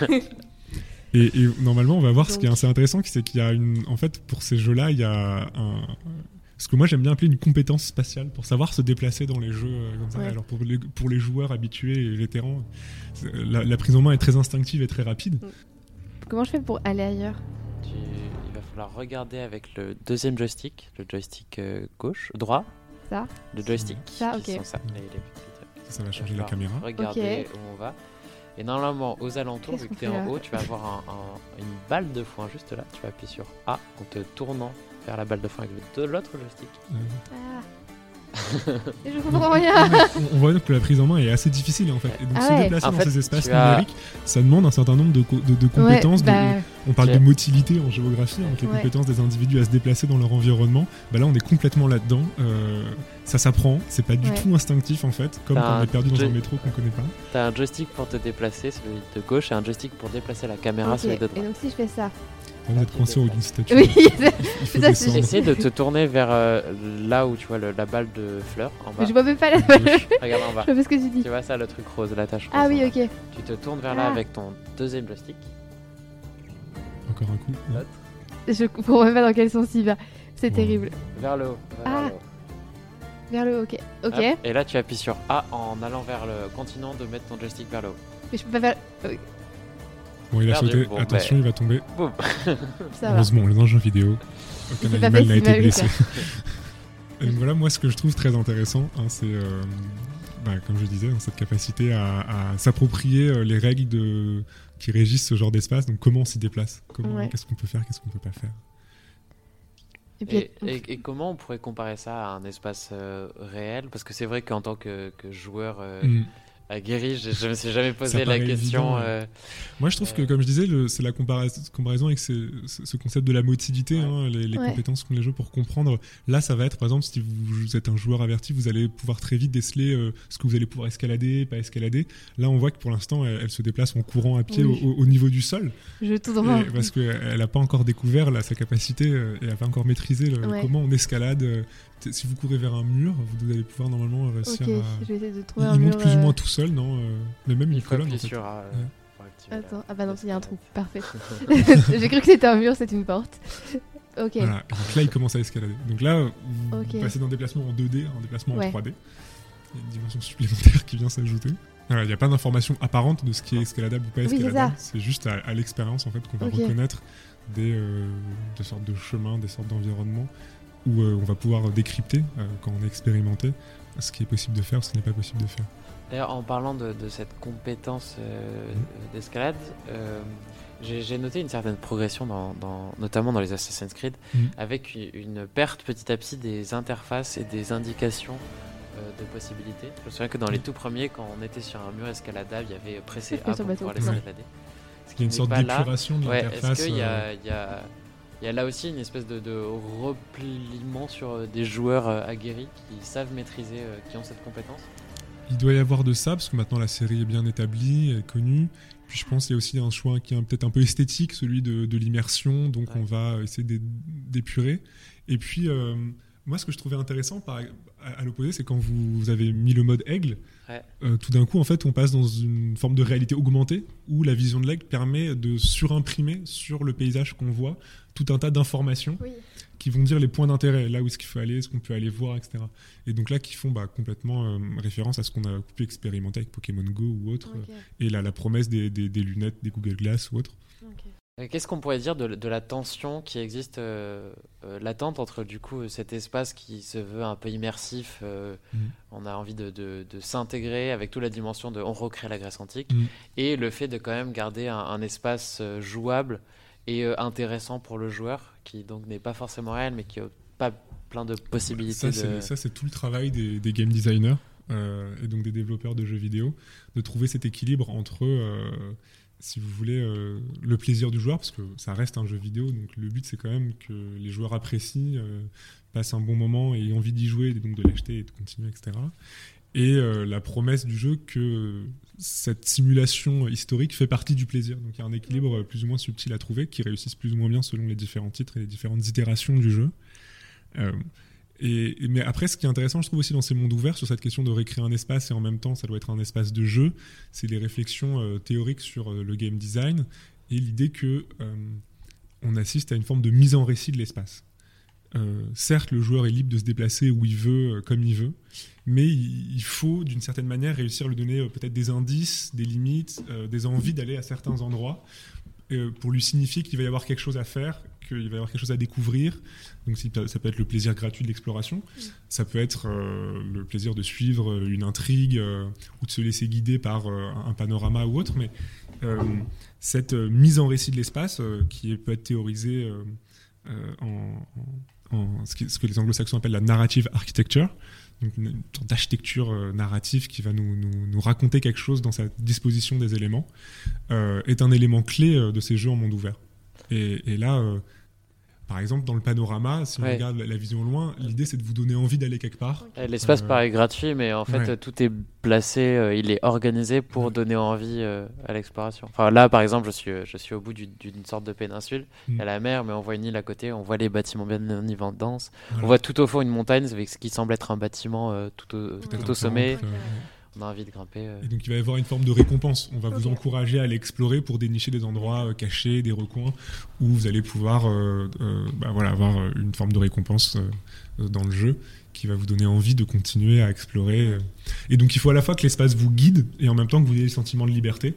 Et, et normalement, on va voir ce Donc- qui est assez intéressant, c'est qu'il y a une, en fait, pour ces jeux-là, il y a un, ce que moi j'aime bien appeler une compétence spatiale pour savoir se déplacer dans les jeux euh, comme ça. Ouais. Alors pour les, pour les joueurs habitués et vétérans, c'est- la, la prise en main est très instinctive et très rapide. Comment je fais pour aller ailleurs? Tu- Il va falloir regarder avec le deuxième joystick, le joystick euh, gauche, droit, Ça? le joystick. Ça, qui ok. sont ça, les- les petits trucs. Ça, ça va Il va changer la falloir caméra. Regarder Ok. où on va. Et normalement, aux alentours, Qu'est-ce vu que qu'on tu es fait en là haut, tu vas avoir un- un- une balle de foin juste là. Tu vas appuyer sur A en te tournant vers la balle de foin avec le- de l'autre joystick. Euh, Ah. Et je comprends rien. on, on voit donc que la prise en main est assez difficile en fait. Et donc Ah se ouais. déplacer En dans fait, ces espaces tu as- numériques, ça demande un certain nombre de, co- de, de compétences. Ouais, de- bah, on parle Ok. de motilité en géographie, donc les Ouais. compétences des individus à se déplacer dans leur environnement. Bah là, on est complètement là-dedans. Euh, ça s'apprend, c'est pas du Ouais. tout instinctif en fait, comme T'as quand on un est perdu dans joy- un métro qu'on connaît pas. T'as un joystick pour te déplacer, celui de gauche, et un joystick pour déplacer la caméra, ok. celui de Et droite. donc si je fais ça. Là, vous êtes coincé au haut d'une statue. Oui, Il faut ça, c'est- descendre. Essaye de te tourner vers euh, là où tu vois le- la balle de fleurs en bas. mais je vois même pas la À gauche. Regarde en Je bas. vois pas ce que tu dis. Tu vois ça, le truc rose, la tache rose. Ah oui, en bas. ok. Tu te tournes vers là Ah. avec ton deuxième joystick. Encore un coup. L'autre. Je comprends même pas dans quel sens il va. C'est Ouais. terrible. Vers le haut. vers Ah. le haut. Vers le haut, ok. Ok. Hop. Et là, tu appuies sur A en allant vers le continent de mettre ton joystick vers le haut. Mais je peux pas faire. euh, Bon, il a Perdu. sauté. Bon, Attention, bah. il va tomber. Boum. Ça va. Heureusement, on est dans un jeu vidéo. Aucun Il s'est pas animal fait n'a si été mal que blessé. ça. Et donc voilà, moi, ce que je trouve très intéressant, hein, c'est, euh, bah, comme je disais, hein, cette capacité à, à s'approprier euh, les règles de, qui régissent ce genre d'espace. Donc, comment on s'y déplace, comment, Ouais. qu'est-ce qu'on peut faire, qu'est-ce qu'on peut pas faire. Et puis, Et, et- et comment on pourrait comparer ça à un espace euh, réel? Parce que c'est vrai qu'en tant que, que joueur, euh, Mm. à Guéry, je, je me suis jamais posé Ça la paraît question. évident, ouais. euh, Moi, je trouve que, Euh. comme je disais, le- c'est la comparaison, comparaison avec ces- ce, ce concept de la motilité, Ouais. hein, les, les Ouais. compétences qu'ont les jeux pour comprendre. Là, ça va être, par exemple, si vous, vous êtes un joueur averti, vous allez pouvoir très vite déceler euh, ce que vous allez pouvoir escalader, pas escalader. Là, on voit que pour l'instant, elle, elle se déplace en courant à pied Oui. au, au niveau du sol, Je tout droit. et- parce qu'elle n'a pas encore découvert là, sa capacité, euh, et elle n'a pas encore maîtrisé le- Ouais. comment on escalade. euh, t- Si vous courez vers un mur, vous allez pouvoir normalement réussir Ok, à... je vais essayer de Il, trouver un il mur. monte plus ou euh, moins tout seul, non euh, Mais même une il faut colonne, en appuyer fait. sur A, euh, Ouais. pour activer la- Attends, ah bah non, il y a un trou. l'escalade. Parfait. J'ai cru que c'était un mur, c'est une porte. Ok. Voilà. Et donc là, il commence à escalader. Donc là, vous Ok. passez d'un déplacement en deux D à un déplacement Ouais. en trois D. Il y a une dimension supplémentaire qui vient s'ajouter. Voilà, il n'y a pas d'information apparente de ce qui est escaladable ou pas Oui, c'est escaladable. ça. C'est juste à, à l'expérience en fait qu'on va Ok. reconnaître des, euh, des sortes de chemins, des sortes d'environnements où euh, on va pouvoir décrypter euh, quand on est expérimenté ce qui est possible de faire, ce qui n'est pas possible de faire. D'ailleurs, en parlant de, de cette compétence euh, Mm. d'escalade, euh, j'ai j'ai noté une certaine progression, dans, dans- notamment dans les Assassin's Creed, Mm. avec u- une perte petit à petit des interfaces et des indications euh, de possibilités. Je me souviens que dans les tout premiers, quand on était sur un mur escaladable, il y avait pressé Appuyer A sur pour le pouvoir bâton. l'escalader. Ce Il y qui a une n'est sorte pas là. d'épuration de Ouais, l'interface. est-ce qu'il y, euh, a- il y, a, il y a là aussi une espèce de, de repliement sur euh, des joueurs euh, aguerris qui savent maîtriser, euh, qui ont cette compétence? Il doit y avoir de ça, parce que maintenant la série est bien établie, elle est connue. Puis je pense qu'il y a aussi un choix qui est un- peut-être un peu esthétique, celui de, de l'immersion, donc Ouais. on va essayer d'é- d'épurer. Et puis, euh, moi, ce que je trouvais intéressant, par, à, à l'opposé, c'est quand vous, vous avez mis le mode aigle, Ouais. euh, tout d'un coup, en fait, on passe dans une forme de réalité augmentée, où la vision de l'aigle permet de surimprimer sur le paysage qu'on voit tout un tas d'informations Oui. qui vont dire les points d'intérêt, là où est-ce qu'il faut aller, ce qu'on peut aller voir, et cetera. Et donc là, qui font bah, complètement euh, référence à ce qu'on a pu expérimenter avec Pokémon Go ou autre, Ok. et là, la promesse des, des- des lunettes, des Google Glass ou autre. Ok. Euh, Qu'est-ce qu'on pourrait dire de, de la tension qui existe euh, euh, latente entre du coup cet espace qui se veut un peu immersif, euh, Mhm. on a envie de, de- de s'intégrer avec toute la dimension de on recrée la Grèce antique, Mhm. et le fait de quand même garder un, un espace euh, jouable et euh, intéressant pour le joueur, qui donc n'est pas forcément réel, mais qui a pas plein de possibilités. Ça, c'est, de... ça, c'est tout le travail des, des game designers euh, et donc des développeurs de jeux vidéo, de trouver cet équilibre entre, euh, si vous voulez, euh, le plaisir du joueur, parce que ça reste un jeu vidéo, donc le but c'est quand même que les joueurs apprécient, euh, passent un bon moment et aient envie d'y jouer, et donc de l'acheter et de continuer, et cetera. Et euh, la promesse du jeu que cette simulation historique fait partie du plaisir. Donc il y a un équilibre plus ou moins subtil à trouver, qui réussissent plus ou moins bien selon les différents titres et les différentes itérations du jeu. Euh, et, mais après, ce qui est intéressant, je trouve aussi dans ces mondes ouverts, sur cette question de récréer un espace et en même temps, ça doit être un espace de jeu, c'est les réflexions euh, théoriques sur euh, le game design et l'idée que euh, on assiste à une forme de mise en récit de l'espace. Euh, certes, le joueur est libre de se déplacer où il veut, euh, comme il veut, mais il, il faut, d'une certaine manière, réussir à lui donner euh, peut-être des indices, des limites, euh, des envies d'aller à certains endroits, euh, pour lui signifier qu'il va y avoir quelque chose à faire, qu'il va y avoir quelque chose à découvrir. Donc ça peut être le plaisir gratuit de l'exploration, mmh. ça peut être euh, le plaisir de suivre une intrigue euh, ou de se laisser guider par euh, un panorama ou autre, mais euh, cette euh, mise en récit de l'espace euh, qui peut être théorisée euh, euh, en, en, en ce, qui, ce que les anglo-saxons appellent la narrative architecture, donc une, une sorte d'architecture euh, narrative qui va nous, nous, nous raconter quelque chose dans sa disposition des éléments, euh, est un élément clé euh, de ces jeux en monde ouvert. Et, et là, euh, par exemple, dans le panorama, si on ouais. regarde la, la vision au loin, l'idée c'est de vous donner envie d'aller quelque part. L'espace euh, paraît gratuit, mais en fait, ouais. tout est placé, euh, il est organisé pour ouais. donner envie euh, à l'exploration. Enfin, là, par exemple, je suis, je suis au bout du, d'une sorte de péninsule. Il mm. y a la mer, mais on voit une île à côté, on voit les bâtiments bien en y dense. Voilà. On voit tout au fond une montagne, avec ce qui semble être un bâtiment euh, tout au, tout au sommet. Temple, euh, on a envie de grimper. Euh... Et donc il va y avoir une forme de récompense. On va okay. vous encourager à aller explorer pour dénicher des endroits euh, cachés, des recoins, où vous allez pouvoir euh, euh, bah, voilà, avoir une forme de récompense euh, dans le jeu qui va vous donner envie de continuer à explorer. Et donc il faut à la fois que l'espace vous guide et en même temps que vous ayez le sentiment de liberté.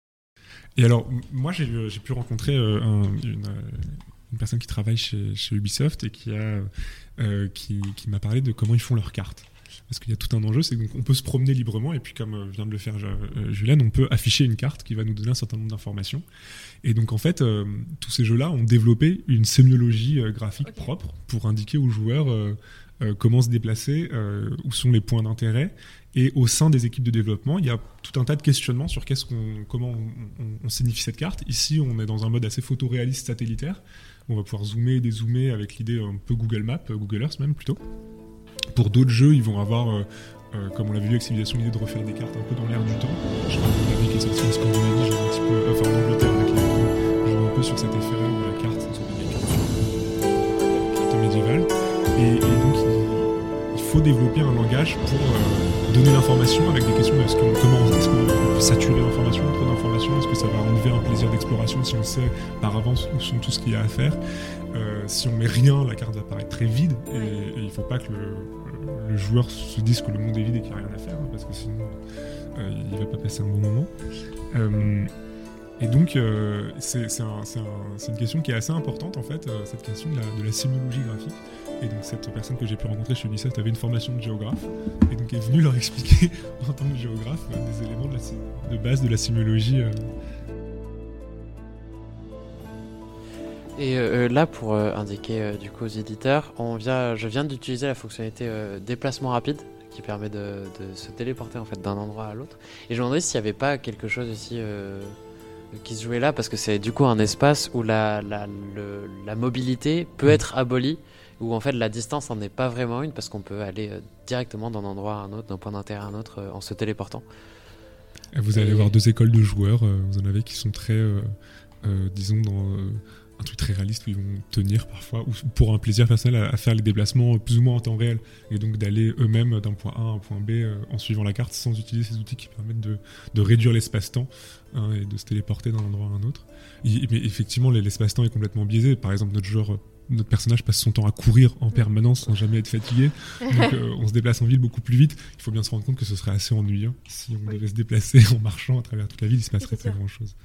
Et alors, moi j'ai, j'ai pu rencontrer euh, un, une, une personne qui travaille chez, chez Ubisoft et qui, a, euh, qui, qui m'a parlé de comment ils font leurs cartes. parce qu'il y a tout un enjeu, c'est qu'on peut se promener librement, et puis comme euh, vient de le faire euh, Julien, on peut afficher une carte qui va nous donner un certain nombre d'informations. Et donc en fait, euh, tous ces jeux-là ont développé une sémiologie euh, graphique okay. propre pour indiquer aux joueurs euh, euh, comment se déplacer, euh, où sont les points d'intérêt. Et au sein des équipes de développement, il y a tout un tas de questionnements sur qu'est-ce qu'on, comment on, on, on signifie cette carte. Ici, on est dans un mode assez photoréaliste satellitaire. On va pouvoir zoomer et dézoomer avec l'idée un peu Google Maps, Google Earth même plutôt. Pour d'autres jeux, ils vont avoir, euh, euh, comme on l'a vu avec Civilization, l'idée de refaire des cartes un peu dans l'air du temps. Je crois que l'année qui est sortie en Scandinavie, genre un petit peu, enfin en Angleterre avec les dragons, je joue un peu sur cet effet-là où la carte, c'est une carte médiévale. Et, et donc, il, il faut développer un langage pour euh, donner l'information avec des questions de est-ce qu'on, comment est-ce qu'on peut saturer l'information, trop d'informations, est-ce que ça va enlever un plaisir d'exploration si on sait par avance où sont tout ce qu'il y a à faire. Euh, si on met rien, la carte va paraître très vide, et, et il ne faut pas que le, le joueur se dise que le monde est vide et qu'il n'y a rien à faire, hein, parce que sinon euh, il ne va pas passer un bon moment. Euh, et donc euh, c'est, c'est, un, c'est, un, c'est une question qui est assez importante en fait, euh, cette question de la, de la sémiologie graphique. Et donc cette personne que j'ai pu rencontrer chez Ubisoft avait une formation de géographe, et donc est venue leur expliquer en tant que géographe euh, des éléments de, la, de base de la sémiologie. Euh, Et euh, là, pour euh, indiquer euh, du coup aux éditeurs, on vient, je viens d'utiliser la fonctionnalité euh, déplacement rapide qui permet de, de se téléporter en fait d'un endroit à l'autre. Et je me demandais s'il n'y avait pas quelque chose aussi euh, qui se jouait là, parce que c'est du coup un espace où la, la, le, la mobilité peut être abolie, où en fait la distance n'en est pas vraiment une, parce qu'on peut aller euh, directement d'un endroit à un autre, d'un point d'intérêt à un autre euh, en se téléportant. Et vous allez Et... voir deux écoles de joueurs, euh, vous en avez qui sont très, euh, euh, disons, dans... Euh, un truc très réaliste où ils vont tenir parfois, ou pour un plaisir personnel, à, à faire les déplacements plus ou moins en temps réel, et donc d'aller eux-mêmes d'un point A à un point B euh, en suivant la carte sans utiliser ces outils qui permettent de, de réduire l'espace-temps, hein, et de se téléporter d'un endroit à un autre. Et, mais effectivement, l'espace-temps est complètement biaisé. Par exemple, notre joueur, notre personnage passe son temps à courir en permanence sans jamais être fatigué, donc euh, on se déplace en ville beaucoup plus vite. Il faut bien se rendre compte que ce serait assez ennuyant si on oui. devait se déplacer en marchant à travers toute la ville, il se passerait pas grand-chose.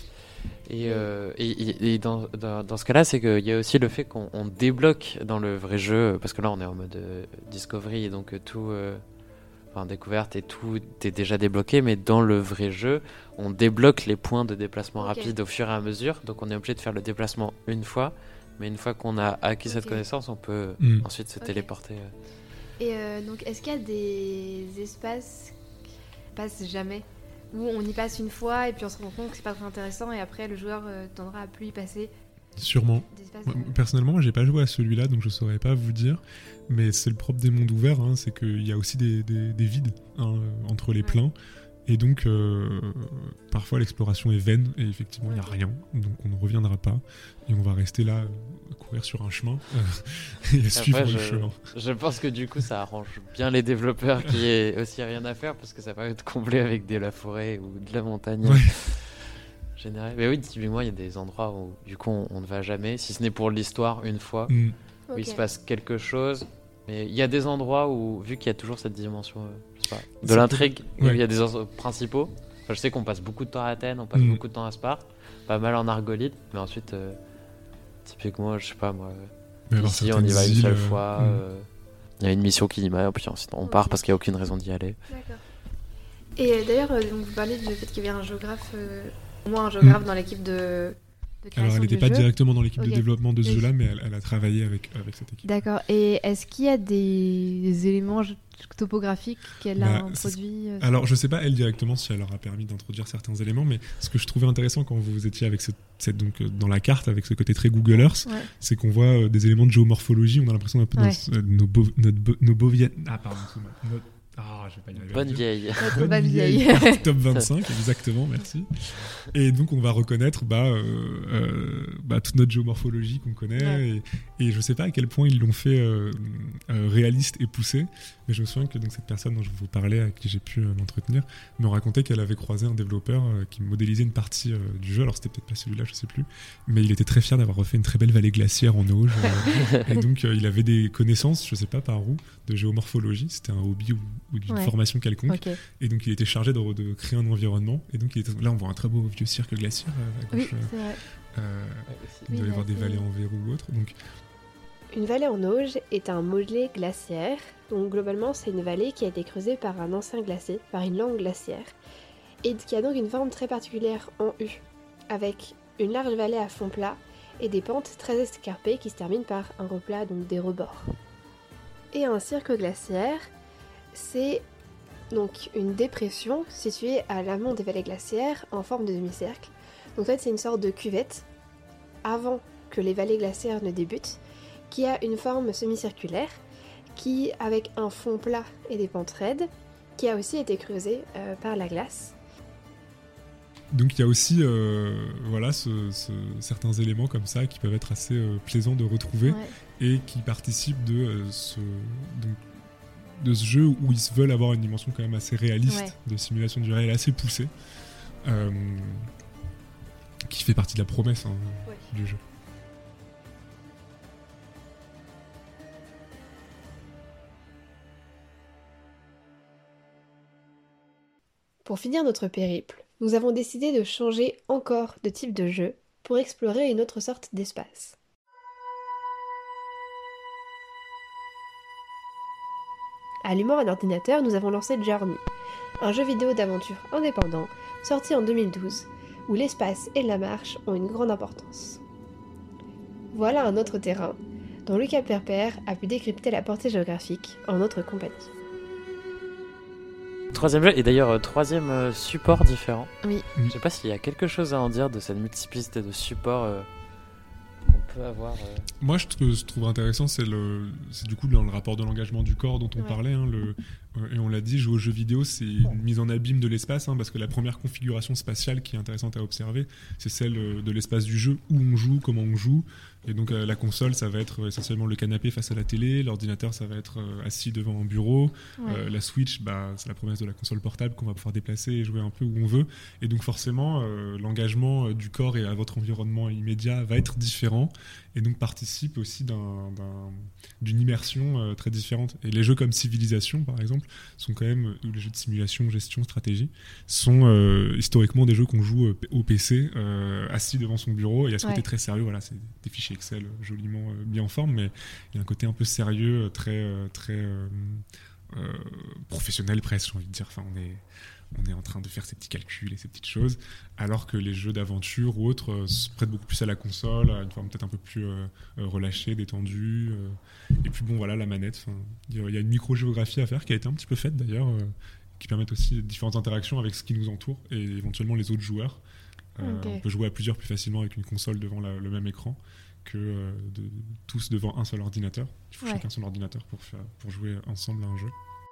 Et, euh, et, et dans, dans, dans ce cas-là, c'est qu'il y a aussi le fait qu'on on débloque dans le vrai jeu, parce que là on est en mode euh, discovery, et donc euh, tout, euh, enfin découverte et tout est déjà débloqué, mais dans le vrai jeu, on débloque les points de déplacement okay. rapide au fur et à mesure, donc on est obligé de faire le déplacement une fois, mais une fois qu'on a acquis okay. cette connaissance, on peut mm. ensuite se okay. téléporter. Et euh, donc, est-ce qu'il y a des espaces qui passent jamais ? Où on y passe une fois et puis on se rend compte que c'est pas très intéressant, et après le joueur euh, tendra à plus y passer. Sûrement. Moi, personnellement, moi j'ai pas joué à celui-là, donc je saurais pas vous dire, mais c'est le propre des mondes ouverts, hein, c'est qu'il y a aussi des, des, des vides, hein, entre les ouais. plans, et donc euh, parfois l'exploration est vaine, et effectivement il n'y a rien, donc on ne reviendra pas, et on va rester là à courir sur un chemin et à suivre Après, le je, chemin. Je pense que du coup ça arrange bien les développeurs qui aient aussi rien à faire, parce que ça permet de combler avec de la forêt ou de la montagne. Ouais. Généré. Mais oui, typiquement il y a des endroits où du coup on, on ne va jamais, si ce n'est pour l'histoire une fois, mm. où okay. il se passe quelque chose. Mais il y a des endroits où, vu qu'il y a toujours cette dimension, euh, je sais pas, de c'est l'intrigue, ouais. il y a des endroits principaux. Enfin, je sais qu'on passe beaucoup de temps à Athènes, on passe mm. beaucoup de temps à Sparte, pas mal en Argolide, mais ensuite, euh, typiquement, je sais pas moi, euh, ici on y va une seule euh... fois. Il mm. euh, y a une mission qui y va, puis ensuite on part parce qu'il n'y a aucune raison d'y aller. D'accord. Et euh, d'ailleurs, euh, donc, vous parlez du fait qu'il y avait un géographe, euh, au moins un géographe mm. dans l'équipe de. Alors elle n'était pas jeu. directement dans l'équipe okay. de développement de ce oui. jeu-là, mais elle, elle a travaillé avec, avec cette équipe. D'accord. Et est-ce qu'il y a des, des éléments topographiques qu'elle bah, a introduits euh, Alors je ne sais pas elle directement si elle leur a permis d'introduire certains éléments, mais ce que je trouvais intéressant quand vous étiez avec cette, cette, donc, dans la carte avec ce côté très Google Earth, ouais. c'est qu'on voit euh, des éléments de géomorphologie, on a l'impression un peu ouais. dans euh, nos, beau, notre, nos boviennes... Ah pardon, notre... Ah, je vais pas y arriver. Bonne vieille. Bonne, bonne vieille. vieille. Top vingt-cinq, exactement, merci. Et donc, on va reconnaître bah, euh, euh, bah, toute notre géomorphologie qu'on connaît. Ouais. Et, et je sais pas à quel point ils l'ont fait euh, euh, réaliste et poussé. Mais je me souviens que donc, cette personne dont je vous parlais, avec qui j'ai pu euh, m'entretenir, me racontait qu'elle avait croisé un développeur euh, qui modélisait une partie euh, du jeu. Alors, c'était peut-être pas celui-là, je sais plus. Mais il était très fier d'avoir refait une très belle vallée glaciaire en Auge. Euh, et donc, euh, il avait des connaissances, je sais pas par où, de géomorphologie. C'était un hobby ou, ou d'une ouais. formation quelconque. Okay. Et donc, il était chargé de, de créer un environnement. Et donc, il était... là, on voit un très beau vieux cirque glaciaire. À gauche, oui, c'est vrai. Euh, il doit y avoir des vallées en verre ou autre. Donc, Une vallée en auge est un modelé glaciaire, donc globalement c'est une vallée qui a été creusée par un ancien glacier, par une langue glaciaire, et qui a donc une forme très particulière en U, avec une large vallée à fond plat et des pentes très escarpées qui se terminent par un replat, donc des rebords. Et un cirque glaciaire, c'est donc une dépression située à l'amont des vallées glaciaires en forme de demi-cercle. Donc en fait c'est une sorte de cuvette avant que les vallées glaciaires ne débutent, qui a une forme semi-circulaire, qui avec un fond plat et des pentes raides, qui a aussi été creusée euh, par la glace. Donc il y a aussi euh, voilà, ce, ce, certains éléments comme ça qui peuvent être assez euh, plaisants de retrouver, ouais. Et qui participent de, euh, ce, donc, de ce jeu où ils veulent avoir une dimension quand même assez réaliste, ouais. De simulation du réel assez poussée, euh, qui fait partie de la promesse hein, ouais. Du jeu. Pour finir notre périple, nous avons décidé de changer encore de type de jeu pour explorer une autre sorte d'espace. Allumant un ordinateur, nous avons lancé Journey, un jeu vidéo d'aventure indépendant sorti en deux mille douze, où l'espace et la marche ont une grande importance. Voilà un autre terrain dont Lucas Perper a pu décrypter la portée géographique en notre compagnie. Troisième jeu, et d'ailleurs euh, troisième euh, support différent. Oui. Je sais pas s'il y a quelque chose à en dire de cette multiplicité de supports euh, qu'on peut avoir. Euh... Moi, je, ce que je trouve intéressant, c'est, le, c'est du coup dans le rapport de l'engagement du corps dont on ouais. parlait. Hein, le, euh, et on l'a dit, jouer aux jeux vidéo, c'est une mise en abîme de l'espace, hein, parce que la première configuration spatiale qui est intéressante à observer, c'est celle de l'espace du jeu, où on joue, comment on joue. Et donc euh, la console, ça va être euh, essentiellement le canapé face à la télé, l'ordinateur, ça va être euh, assis devant un bureau, ouais. euh, la Switch, bah, c'est la promesse de la console portable qu'on va pouvoir déplacer et jouer un peu où on veut. Et donc forcément, euh, l'engagement euh, du corps et à votre environnement immédiat va être différent, et donc participe aussi d'un, d'un, d'une immersion euh, très différente. Et les jeux comme Civilization, par exemple, sont quand même, ou les jeux de simulation, gestion, stratégie, sont euh, historiquement des jeux qu'on joue euh, au P C, euh, assis devant son bureau, et à ce ouais. côté très sérieux, voilà, c'est des fichiers Excel joliment euh, mis en forme, mais il y a un côté un peu sérieux, très, euh, très euh, euh, professionnel presque, j'ai envie de dire. Enfin, on est, on est en train de faire ces petits calculs et ces petites choses, alors que les jeux d'aventure ou autres euh, se prêtent beaucoup plus à la console, à une forme peut-être un peu plus euh, relâchée, détendue. Euh, et puis bon, voilà, la manette. Il y a une micro-géographie à faire qui a été un petit peu faite d'ailleurs, euh, qui permettent aussi différentes interactions avec ce qui nous entoure et éventuellement les autres joueurs. Euh, okay. On peut jouer à plusieurs plus facilement avec une console devant la, le même écran que euh, de, tous devant un seul ordinateur. Il faut ouais. chacun son ordinateur pour, faire, pour jouer ensemble à un jeu.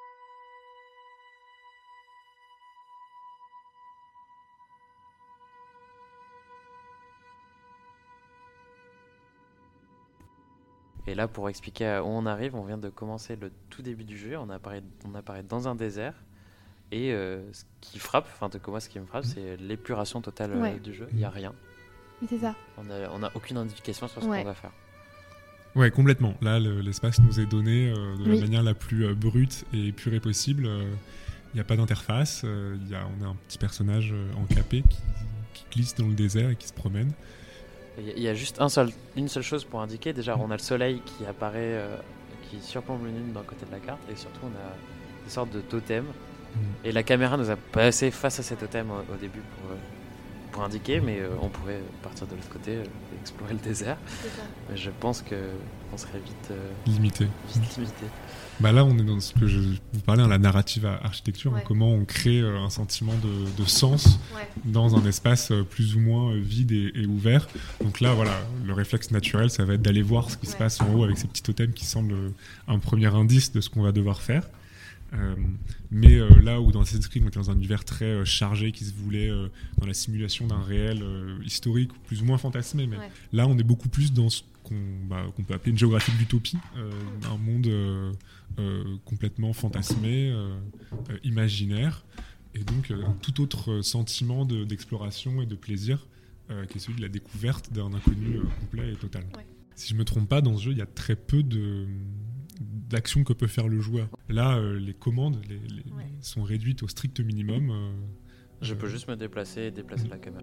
Et là, pour expliquer où on arrive, on vient de commencer le tout début du jeu. On apparaît, on apparaît dans un désert. Et euh, ce qui frappe, enfin, moi, ce qui me frappe, c'est l'épuration totale ouais. euh, du jeu. Il n'y a rien. Mais c'est ça. On n'a aucune indication sur ce ouais. qu'on va faire. Ouais, complètement. Là, le, l'espace nous est donné euh, de oui. la manière la plus euh, brute et épurée possible. Il euh, n'y a pas d'interface. Euh, y a, on a un petit personnage euh, encapé qui, qui glisse dans le désert et qui se promène. Il y a juste un seul, une seule chose pour indiquer. Déjà, on a le soleil qui apparaît, euh, qui surplombe le Lune d'un côté de la carte. Et surtout, on a des sortes de totems. Mmh. Et la caméra nous a passé face à ces totems au, au début pour... Euh, pour indiquer, mais euh, on pourrait partir de l'autre côté euh, et explorer le désert. Mais je pense qu'on serait vite, euh, limité. vite limité. Bah là, on est dans ce que je vous parlais, hein, la narrative architecture, ouais. hein, comment on crée euh, un sentiment de, de sens ouais. dans un espace euh, plus ou moins euh, vide et, et ouvert. Donc là, voilà, le réflexe naturel, ça va être d'aller voir ce qui ouais. se passe en haut avec ces petits totems qui semblent un premier indice de ce qu'on va devoir faire. Euh, mais euh, là où dans Assassin's Creed on était dans un univers très euh, chargé qui se voulait euh, dans la simulation d'un réel euh, historique plus ou moins fantasmé, mais ouais. là on est beaucoup plus dans ce qu'on, bah, qu'on peut appeler une géographie de l'utopie, euh, un monde euh, euh, complètement fantasmé, euh, euh, imaginaire, et donc euh, un tout autre sentiment de, d'exploration et de plaisir euh, qui est celui de la découverte d'un inconnu euh, complet et total. Ouais. Si je me trompe pas, dans ce jeu il y a très peu de d'action que peut faire le joueur. Là, euh, les commandes les, les, ouais. sont réduites au strict minimum. Euh, Je euh... peux juste me déplacer et déplacer mmh. la caméra.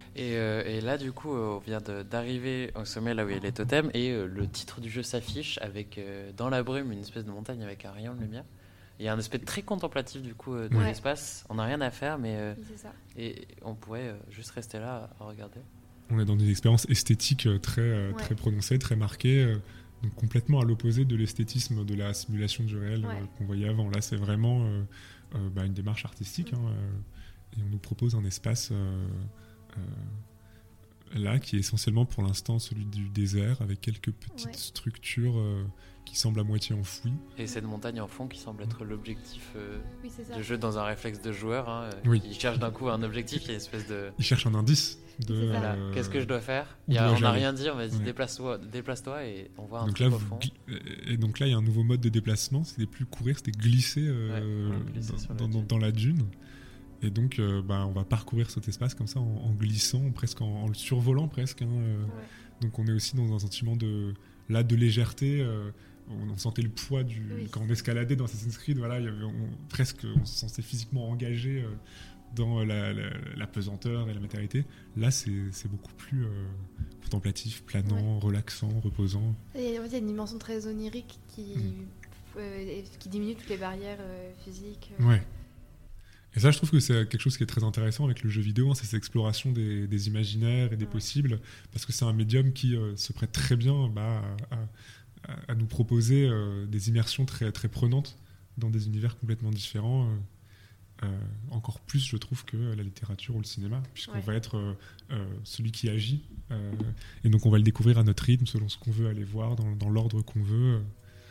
Et, euh, et là, du coup, euh, on vient de, d'arriver au sommet, là où il y a les totems, et euh, le titre du jeu s'affiche avec, euh, dans la brume, une espèce de montagne avec un rayon de lumière. Il y a un aspect très contemplatif, du coup, euh, de Ouais. l'espace. On n'a rien à faire, mais euh, Oui, c'est ça. et on pourrait euh, juste rester là à regarder. On est dans des expériences esthétiques euh, très, euh, Ouais. très prononcées, très marquées, euh, donc complètement à l'opposé de l'esthétisme de la simulation de jeu réel Ouais. euh, qu'on voyait avant. Là, c'est vraiment euh, euh, bah, une démarche artistique, Mm. hein, euh, et on nous propose un espace euh, euh, là qui est essentiellement pour l'instant celui du désert, avec quelques petites Ouais. structures euh, qui semblent à moitié enfouies. Et cette montagne en fond qui semble être l'objectif euh, Oui, c'est ça. du jeu dans un réflexe de joueur. Hein, euh, Oui. Il cherche d'un coup un objectif, il y a une espèce de... Ils cherchent un indice de... C'est ça. Voilà, euh, qu'est-ce que je dois faire où Il y a, dois-je On n'a aller rien dit, on va dire Ouais. déplace-toi, déplace-toi et on voit un donc truc là, au vous fond. gli- et donc là, il y a un nouveau mode de déplacement. C'était plus courir, c'était glisser, euh, Ouais, ouais, glisser sur la dans, dans- dune. dans la dune. Et donc, euh, bah, on va parcourir cet espace comme ça, en, en glissant, presque en, en le survolant presque. hein, euh. Ouais. Donc, on est aussi dans un sentiment de là de légèreté. euh, on, on sentait le poids du Oui. quand on escaladait dans Assassin's Creed. Voilà, il y avait on- presque, on se sentait physiquement engagé euh, dans la, la- la pesanteur et la matérialité. Là, c'est c'est beaucoup plus euh, contemplatif, planant, relaxant, reposant. Et en fait, il y a une dimension très onirique qui, Mm. euh, et- qui diminue toutes les barrières euh, physiques. euh. Ouais. Et ça, je trouve que c'est quelque chose qui est très intéressant avec le jeu vidéo, hein, c'est cette exploration des, des imaginaires et des Ouais. possibles, parce que c'est un médium qui euh, se prête très bien bah, à, à- à nous proposer euh, des immersions très, très prenantes dans des univers complètement différents, euh, euh, encore plus, je trouve, que la littérature ou le cinéma, puisqu'on Ouais. va être euh, euh, celui qui agit, euh, et donc on va le découvrir à notre rythme, selon ce qu'on veut aller voir, dans, dans l'ordre qu'on veut.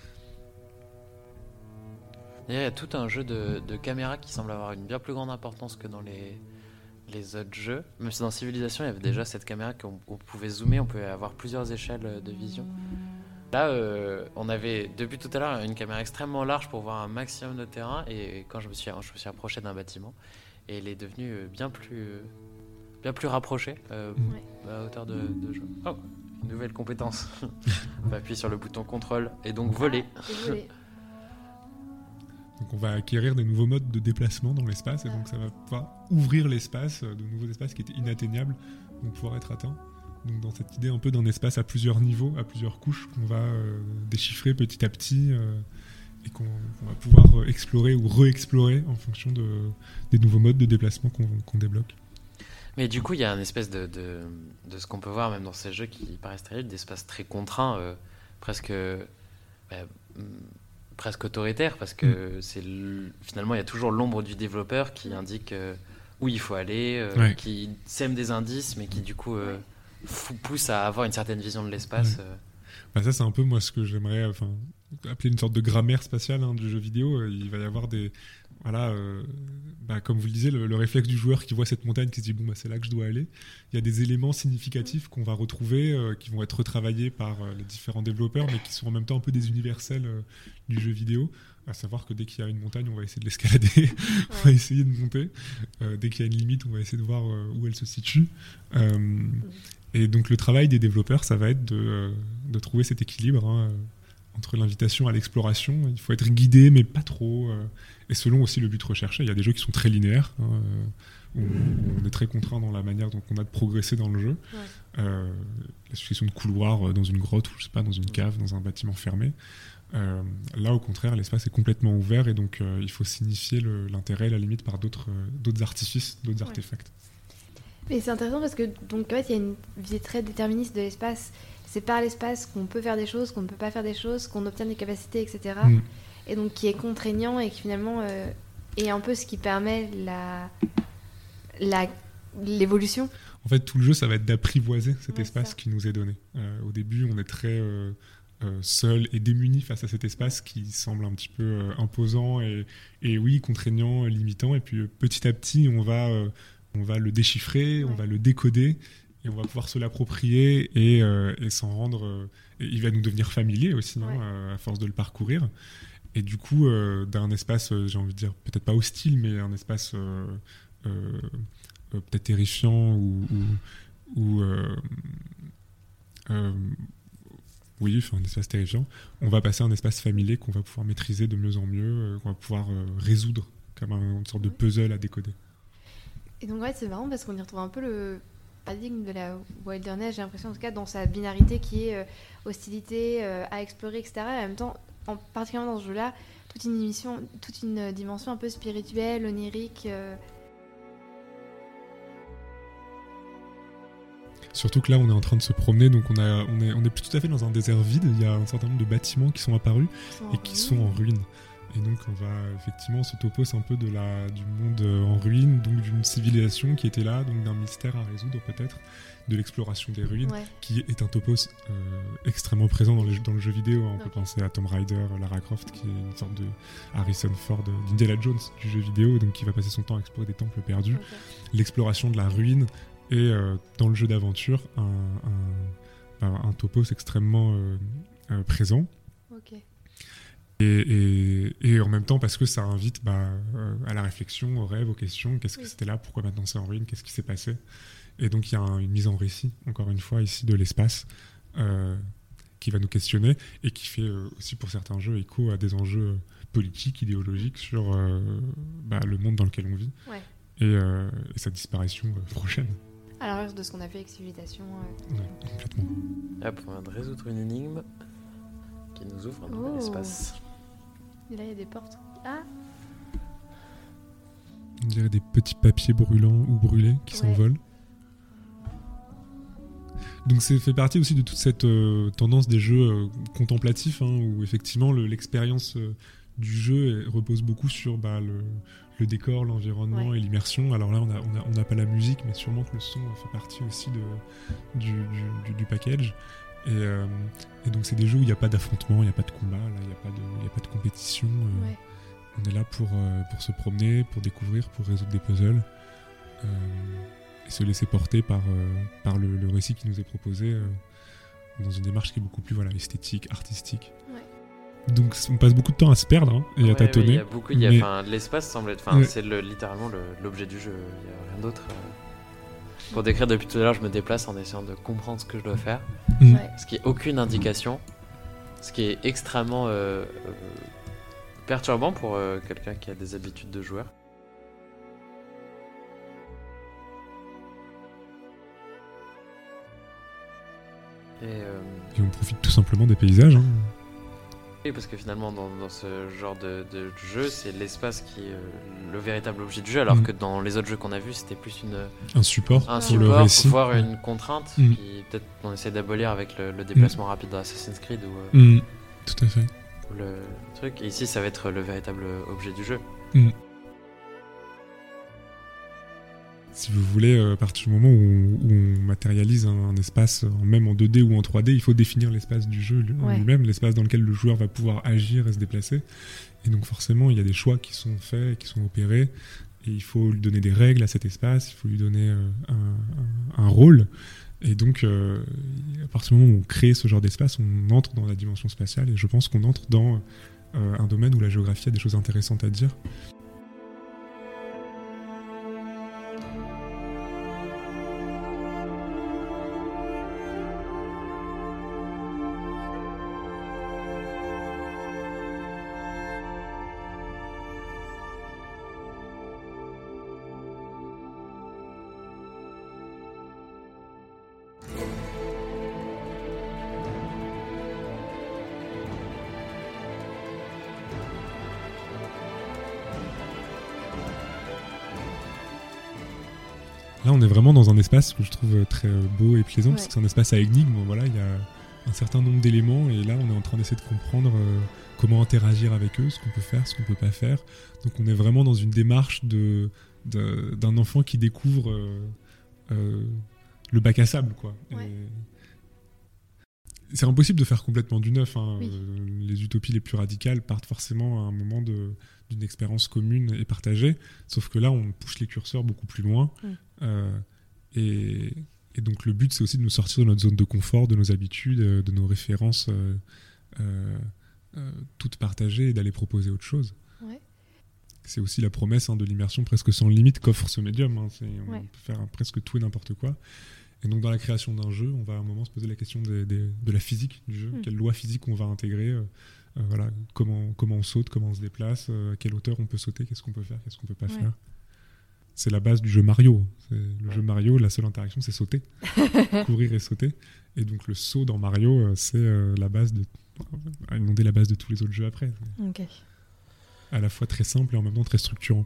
D'ailleurs, il y a tout un jeu de, de caméra qui semble avoir une bien plus grande importance que dans les, les autres jeux. Même si dans Civilization, il y avait déjà cette caméra qu'on on pouvait zoomer, on pouvait avoir plusieurs échelles de vision. Là, euh, on avait depuis tout à l'heure une caméra extrêmement large pour voir un maximum de terrain. Et quand je me suis, je me suis approché d'un bâtiment, et elle est devenue euh, bien plus, euh, bien plus rapprochée euh, Ouais. à hauteur de, de jeu. Oh, une nouvelle compétence. On va appuyer sur le bouton contrôle et donc voler. Et voler. Donc on va acquérir des nouveaux modes de déplacement dans l'espace, et donc ça va pouvoir ouvrir l'espace, euh, de nouveaux espaces qui étaient inatteignables, vont pouvoir être atteints. Donc dans cette idée un peu d'un espace à plusieurs niveaux, à plusieurs couches, qu'on va euh, déchiffrer petit à petit, euh, et qu'on qu'on va pouvoir euh, explorer ou re-explorer en fonction de, des nouveaux modes de déplacement qu'on qu'on débloque. Mais du coup, il y a un espèce de, de, de ce qu'on peut voir même dans ces jeux qui paraissent terribles, d'espace très contraint, euh, presque, bah, mm, presque autoritaire, parce que c'est le- finalement, il y a toujours l'ombre du développeur qui indique euh, où il faut aller, euh, Ouais. qui sème des indices, mais qui du coup euh, fou- pousse à avoir une certaine vision de l'espace. Ouais. euh. Bah ça c'est un peu moi ce que j'aimerais enfin, appeler une sorte de grammaire spatiale hein, du jeu vidéo. Il va y avoir des... Voilà, euh, bah, comme vous le disiez, le, le réflexe du joueur qui voit cette montagne, qui se dit bon bah c'est là que je dois aller. Il y a des éléments significatifs qu'on va retrouver, euh, qui vont être retravaillés par euh, les différents développeurs, mais qui sont en même temps un peu des universels euh, du jeu vidéo. À savoir que dès qu'il y a une montagne, on va essayer de l'escalader, on va essayer de monter. Euh, dès qu'il y a une limite, on va essayer de voir euh, où elle se situe. Euh, et donc le travail des développeurs, ça va être de, euh, de trouver cet équilibre hein, entre l'invitation à l'exploration. Il faut être guidé, mais pas trop. Euh, et selon aussi le but recherché. Il y a des jeux qui sont très linéaires, hein, où, où on est très contraint dans la manière dont on a de progresser dans le jeu. Ouais. Euh, la succession de couloirs dans une grotte, ou je sais pas, dans une cave, dans un bâtiment fermé. Euh, là, au contraire, l'espace est complètement ouvert, et donc euh, il faut signifier le, l'intérêt, à la limite, par d'autres, euh, d'autres artifices, d'autres Ouais. artefacts. Mais c'est intéressant parce que donc en fait il y a une visée très déterministe de l'espace. C'est par l'espace qu'on peut faire des choses, qu'on ne peut pas faire des choses, qu'on obtient des capacités, et cetera. Mm. Et donc qui est contraignant et qui finalement euh, est un peu ce qui permet la, la l'évolution. En fait, tout le jeu, ça va être d'apprivoiser cet Ouais, espace ça. qui nous est donné. Euh, au début, on est très euh, euh, seul et démuni face à cet espace qui semble un petit peu euh, imposant et, et oui, contraignant, limitant. Et puis euh, petit à petit, on va, euh, on va le déchiffrer, on Ouais. va le décoder, et on va pouvoir se l'approprier et, euh, et s'en rendre. euh, et il va nous devenir familier aussi, hein, Ouais. euh, à force de le parcourir. Et du coup, euh, d'un espace, euh, j'ai envie de dire, peut-être pas hostile, mais un espace euh, euh, euh, peut-être terrifiant ou, ou, ou, euh, euh, oui, enfin un espace terrifiant, on va passer à un espace familier qu'on va pouvoir maîtriser de mieux en mieux, euh, qu'on va pouvoir euh, résoudre comme un- une sorte de puzzle à décoder. Et donc ouais c'est marrant parce qu'on y retrouve un peu le paradigme de la wilderness, j'ai l'impression en tout cas dans sa binarité qui est euh, hostilité euh, à explorer, et cetera. Et en même temps, en, particulièrement dans ce jeu-là, toute une, émission, toute une dimension un peu spirituelle, onirique. Euh... Surtout que là, on est en train de se promener, donc on, a, on, est, on est plus tout à fait dans un désert vide. Il y a un certain nombre de bâtiments qui sont apparus Qui sont et qui sont en ruine. Et donc, on va effectivement se topos un peu de la, du monde en ruine, donc d'une civilisation qui était là, donc d'un mystère à résoudre peut-être, de l'exploration des ruines, Ouais. qui est un topos euh, extrêmement présent dans, les, dans le jeu vidéo. On Ok. peut penser à Tomb Raider, Lara Croft, qui est une sorte de Harrison Ford, d'Indiana Jones du jeu vidéo, donc qui va passer son temps à explorer des temples perdus. Ok. L'exploration de la ruine et euh, dans le jeu d'aventure un, un, un topos extrêmement euh, euh, présent. Ok. Et, et, et en même temps parce que ça invite bah, euh, à la réflexion, aux rêves, aux questions. Qu'est-ce que Oui. c'était là? Pourquoi maintenant c'est en ruine? Qu'est-ce qui s'est passé? Et donc il y a un- une mise en récit, encore une fois, ici de l'espace euh, qui va nous questionner et qui fait euh, aussi pour certains jeux écho à des enjeux politiques, idéologiques sur euh, bah, le monde dans lequel on vit Ouais. et, euh, et sa disparition euh, prochaine. À l'inverse de ce qu'on a fait avec Civilisation. euh, Ouais, complètement. Hop, on vient de résoudre une énigme qui nous ouvre un nouvel Oh. espace. Et là, il y a des portes. Ah, On dirait des petits papiers brûlants ou brûlés qui Ouais. s'envolent. Donc ça fait partie aussi de toute cette euh, tendance des jeux euh, contemplatifs, hein, où effectivement le- l'expérience euh, du jeu elle, repose beaucoup sur bah, le, le décor, l'environnement Ouais. et l'immersion. Alors là on n'a on a, on a pas la musique, mais sûrement que le son euh, fait partie aussi de, du, du, du- du package. Et, euh, et donc c'est des jeux où il n'y a pas d'affrontement, il n'y a pas de combat, là, il n'y a, pas de- il y a pas de compétition. euh, ouais. On est là pour, euh, pour se promener, pour découvrir, pour résoudre des puzzles. Euh, et se laisser porter par, euh, par le, le récit qui nous est proposé euh, dans une démarche qui est beaucoup plus voilà, esthétique, artistique. Ouais. Donc on passe beaucoup de temps à se perdre hein, et Ouais, à ouais, tâtonner. il y a beaucoup, il y a, mais- enfin, l'espace semble être, enfin, Ouais. c'est le, littéralement le- l'objet du jeu. Il n'y a rien d'autre. euh. Pour décrire depuis tout à l'heure, je me déplace en essayant de comprendre ce que je dois faire, Mm. Ouais. ce qui est aucune indication, ce qui est extrêmement euh, euh, perturbant pour euh, quelqu'un qui a des habitudes de joueur. Et, euh, Et on profite tout simplement des paysages. hein. oui, parce que finalement, dans, dans ce genre de, de jeu, c'est l'espace qui est euh, le véritable objet du jeu, alors Mm. que dans les autres jeux qu'on a vus, c'était plus une, Un support un pour support le pour récit. voir une contrainte, Mm. qui peut-être on essaie d'abolir avec le, le déplacement rapide dans Assassin's Creed ou, euh, Mm. Tout à fait. ou le truc. Et ici, ça va être le véritable objet du jeu. Si vous voulez, euh, à partir du moment où, où on matérialise un, un espace, euh, même en deux D ou en trois D, il faut définir l'espace du jeu lui- en Ouais. lui-même, l'espace dans lequel le joueur va pouvoir agir et se déplacer. Et donc forcément, il y a des choix qui sont faits, qui sont opérés, et il faut lui donner des règles à cet espace, il faut lui donner euh, un, un- un rôle. Et donc, euh, à partir du moment où on crée ce genre d'espace, on entre dans la dimension spatiale, et je pense qu'on entre dans euh, un domaine où la géographie a des choses intéressantes à dire. Là, on est vraiment dans un espace que je trouve très euh, beau et plaisant, parce Ouais. que c'est un espace à énigmes. Voilà, il y a un certain nombre d'éléments, et là, on est en train d'essayer de comprendre euh, comment interagir avec eux, ce qu'on peut faire, ce qu'on peut pas faire. Donc, on est vraiment dans une démarche de, de- d'un enfant qui découvre euh, euh, le bac à sable, quoi. Ouais. Et c'est impossible de faire complètement du neuf. hein. Oui. Euh, les utopies les plus radicales partent forcément à un moment de, d'une expérience commune et partagée. Sauf que là, on pousse les curseurs beaucoup plus loin. Mm. Euh, et, et donc, le but, c'est aussi de nous sortir de notre zone de confort, de nos habitudes, euh, de nos références euh, euh, euh, toutes partagées, et d'aller proposer autre chose. Ouais. C'est aussi la promesse hein, de l'immersion presque sans limite qu'offre ce médium. hein. C'est, on Ouais. peut faire hein, presque tout et n'importe quoi. Et donc, dans la création d'un jeu, on va à un moment se poser la question des- des- de la physique du jeu. Mm. Quelle loi physique on va intégrer euh, euh, voilà, comment, comment on saute, comment on se déplace, euh, à quelle hauteur on peut sauter, qu'est-ce qu'on peut faire, qu'est-ce qu'on peut pas Ouais. faire. c'est la base du jeu Mario. C'est, le jeu Mario, la seule interaction, c'est sauter. Courir et sauter. Et donc le saut dans Mario, euh, c'est euh, la base de... inonder la base de tous les autres jeux après. Ok. À la fois très simple et en même temps très structurant.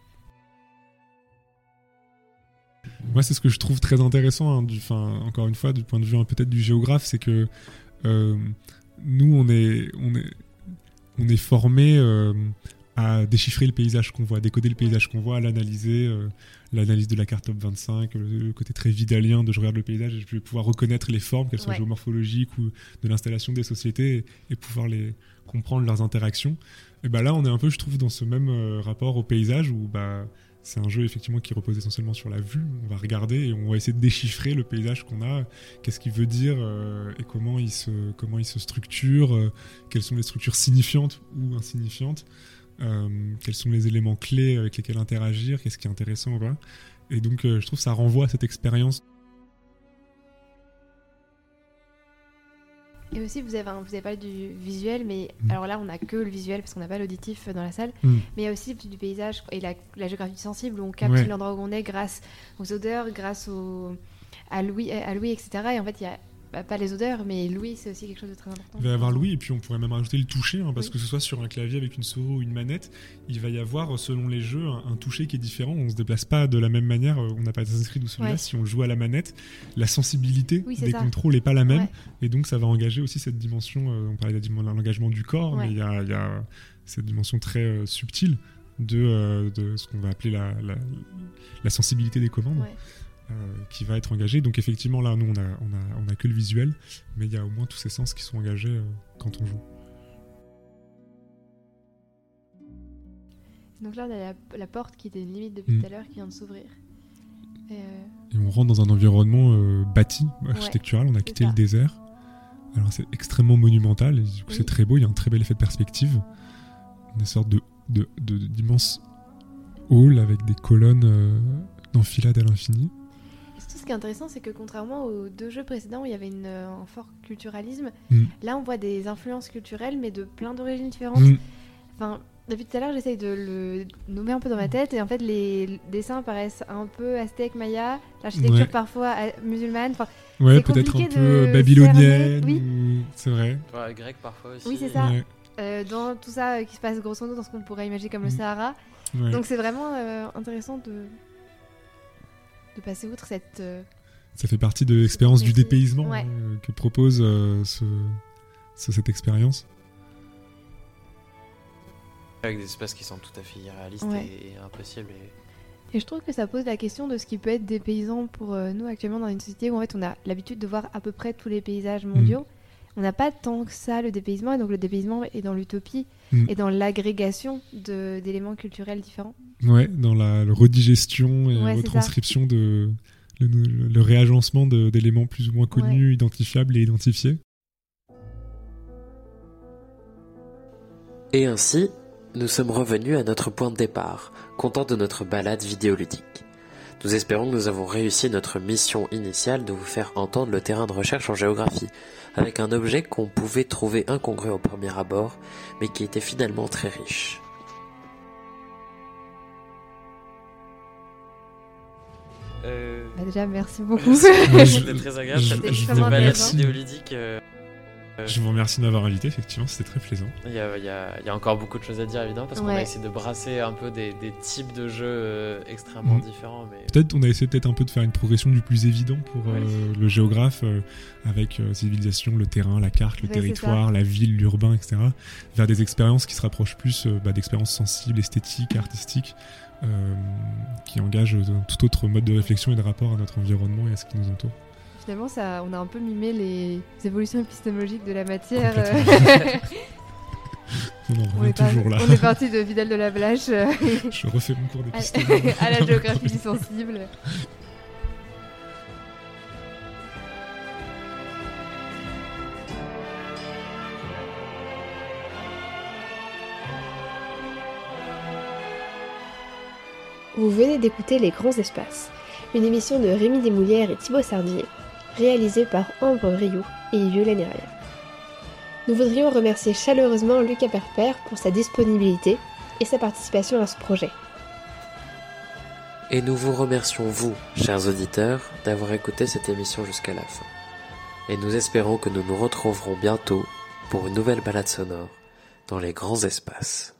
Moi, c'est ce que je trouve très intéressant, hein, du, encore une fois, du point de vue hein, peut-être du géographe, c'est que euh, nous, on est, on est, on est formé euh, à déchiffrer le paysage qu'on voit, à décoder le paysage qu'on voit, à l'analyser, euh, l'analyse de la carte top vingt-cinq, le, le côté très vidalien de je regarde le paysage et je vais pouvoir reconnaître les formes, qu'elles soient ouais. géomorphologiques ou de l'installation des sociétés, et, et pouvoir les comprendre leurs interactions. Et bah là, on est un peu, je trouve, dans ce même euh, rapport au paysage où bah c'est un jeu effectivement qui repose essentiellement sur la vue. On va regarder et on va essayer de déchiffrer le paysage qu'on a, qu'est-ce qu'il veut dire euh, et comment il se, comment il se structure, euh, quelles sont les structures signifiantes ou insignifiantes, euh, quels sont les éléments clés avec lesquels interagir, qu'est-ce qui est intéressant ou pas. Et donc euh, je trouve que ça renvoie à cette expérience. Et aussi, vous avez, vous avez parlé du visuel, mais mmh. alors là, on n'a que le visuel parce qu'on n'a pas l'auditif dans la salle. Mmh. Mais il y a aussi du paysage et la, la géographie sensible où on capte ouais. l'endroit où on est grâce aux odeurs, grâce au, à l'ouïe, à l'ouïe, et cetera. Et en fait, il y a bah, pas les odeurs, mais l'ouïe, c'est aussi quelque chose de très important. Il va y avoir l'ouïe, et puis on pourrait même rajouter le toucher, hein, parce oui. que ce soit sur un clavier avec une souris ou une manette, il va y avoir, selon les jeux, un, un toucher qui est différent. On ne se déplace pas de la même manière. On n'a pas Assassin's Creed ou celui-là. Ouais. Si on le joue à la manette, la sensibilité oui, des ça. contrôles n'est pas la même. Ouais. Et donc, ça va engager aussi cette dimension. Euh, on parlait de l'engagement du corps, ouais. mais il y a, y a cette dimension très euh, subtile de, euh, de ce qu'on va appeler la, la, la sensibilité des commandes. Ouais. Euh, qui va être engagé. Donc effectivement là nous on a, on a, on a que le visuel, mais il y a au moins tous ces sens qui sont engagés euh, quand on joue. Donc là on a la, la porte qui était une limite depuis mmh. tout à l'heure qui vient de s'ouvrir. Et, euh... Et on rentre dans un environnement euh, bâti, architectural, ouais, on a quitté ça. Le désert. Alors c'est extrêmement monumental, et du coup oui. c'est très beau, il y a un très bel effet de perspective. Une sorte de, de, de, de, d'immense hall avec des colonnes euh, d'enfilade à l'infini. Ce qui est intéressant, c'est que contrairement aux deux jeux précédents où il y avait une, un fort culturalisme, mm. là on voit des influences culturelles mais de plein d'origines différentes. Mm. Enfin, depuis tout à l'heure, j'essaye de le nommer un peu dans ma tête et en fait les dessins paraissent un peu aztèques, mayas, l'architecture ouais. parfois musulmane. Enfin, ouais, c'est peut-être un peu babylonienne. Oui. Ou... C'est vrai. Ouais, grec parfois aussi. Oui, c'est ça. Ouais. Euh, dans tout ça euh, qui se passe grosso modo dans ce qu'on pourrait imaginer comme mm. le Sahara. Ouais. Donc c'est vraiment euh, intéressant de. de passer outre cette... Euh, ça fait partie de l'expérience du dépaysement ouais. euh, que propose euh, ce, ce, cette expérience. Avec des espaces qui sont tout à fait irréalistes ouais. et, et impossibles. Et... et je trouve que ça pose la question de ce qui peut être dépaysant pour euh, nous actuellement dans une société où en fait on a l'habitude de voir à peu près tous les paysages mondiaux. Mmh. On n'a pas tant que ça le dépaysement, et donc le dépaysement est dans l'utopie mmh. et dans l'agrégation de, d'éléments culturels différents. Ouais, dans la, la redigestion et ouais, retranscription de... Le, le, le réagencement de, d'éléments plus ou moins connus, ouais. identifiables et identifiés. Et ainsi, nous sommes revenus à notre point de départ, contents de notre balade vidéoludique. Nous espérons que nous avons réussi notre mission initiale de vous faire entendre le terrain de recherche en géographie, avec un objet qu'on pouvait trouver incongru au premier abord, mais qui était finalement très riche. Euh... Bah déjà, merci beaucoup. Merci. C'était très agréable. Je, C'était je, une balade vidéoludique. Euh... Je vous remercie de m'avoir invité, effectivement, c'était très plaisant. Il y a, il y a, il y a encore beaucoup de choses à dire, évidemment, parce ouais. qu'on a essayé de brasser un peu des, des types de jeux euh, extrêmement mmh. différents. Mais... Peut-être, on a essayé peut-être un peu de faire une progression du plus évident pour ouais. euh, le géographe, euh, avec euh, civilisation, le terrain, la carte, le ouais, territoire, la ville, l'urbain, et cetera, vers des expériences qui se rapprochent plus euh, bah, d'expériences sensibles, esthétiques, artistiques, euh, qui engagent un tout autre mode de réflexion et de rapport à notre environnement et à ce qui nous entoure. Finalement, ça, on a un peu mimé les évolutions épistémologiques de la matière. on en revient toujours là. On est parti de Vidal de la Blache. Je refais mon cours d'épistémologie. À la géographie du sensible. Vous venez d'écouter Les Grands Espaces, une émission de Rémi Desmoulières et Thibaut Sardier, réalisée par Ambre Rioux et Violaine Herrière. Nous voudrions remercier chaleureusement Lucas Perper pour sa disponibilité et sa participation à ce projet. Et nous vous remercions, vous, chers auditeurs, d'avoir écouté cette émission jusqu'à la fin. Et nous espérons que nous nous retrouverons bientôt pour une nouvelle balade sonore dans les grands espaces.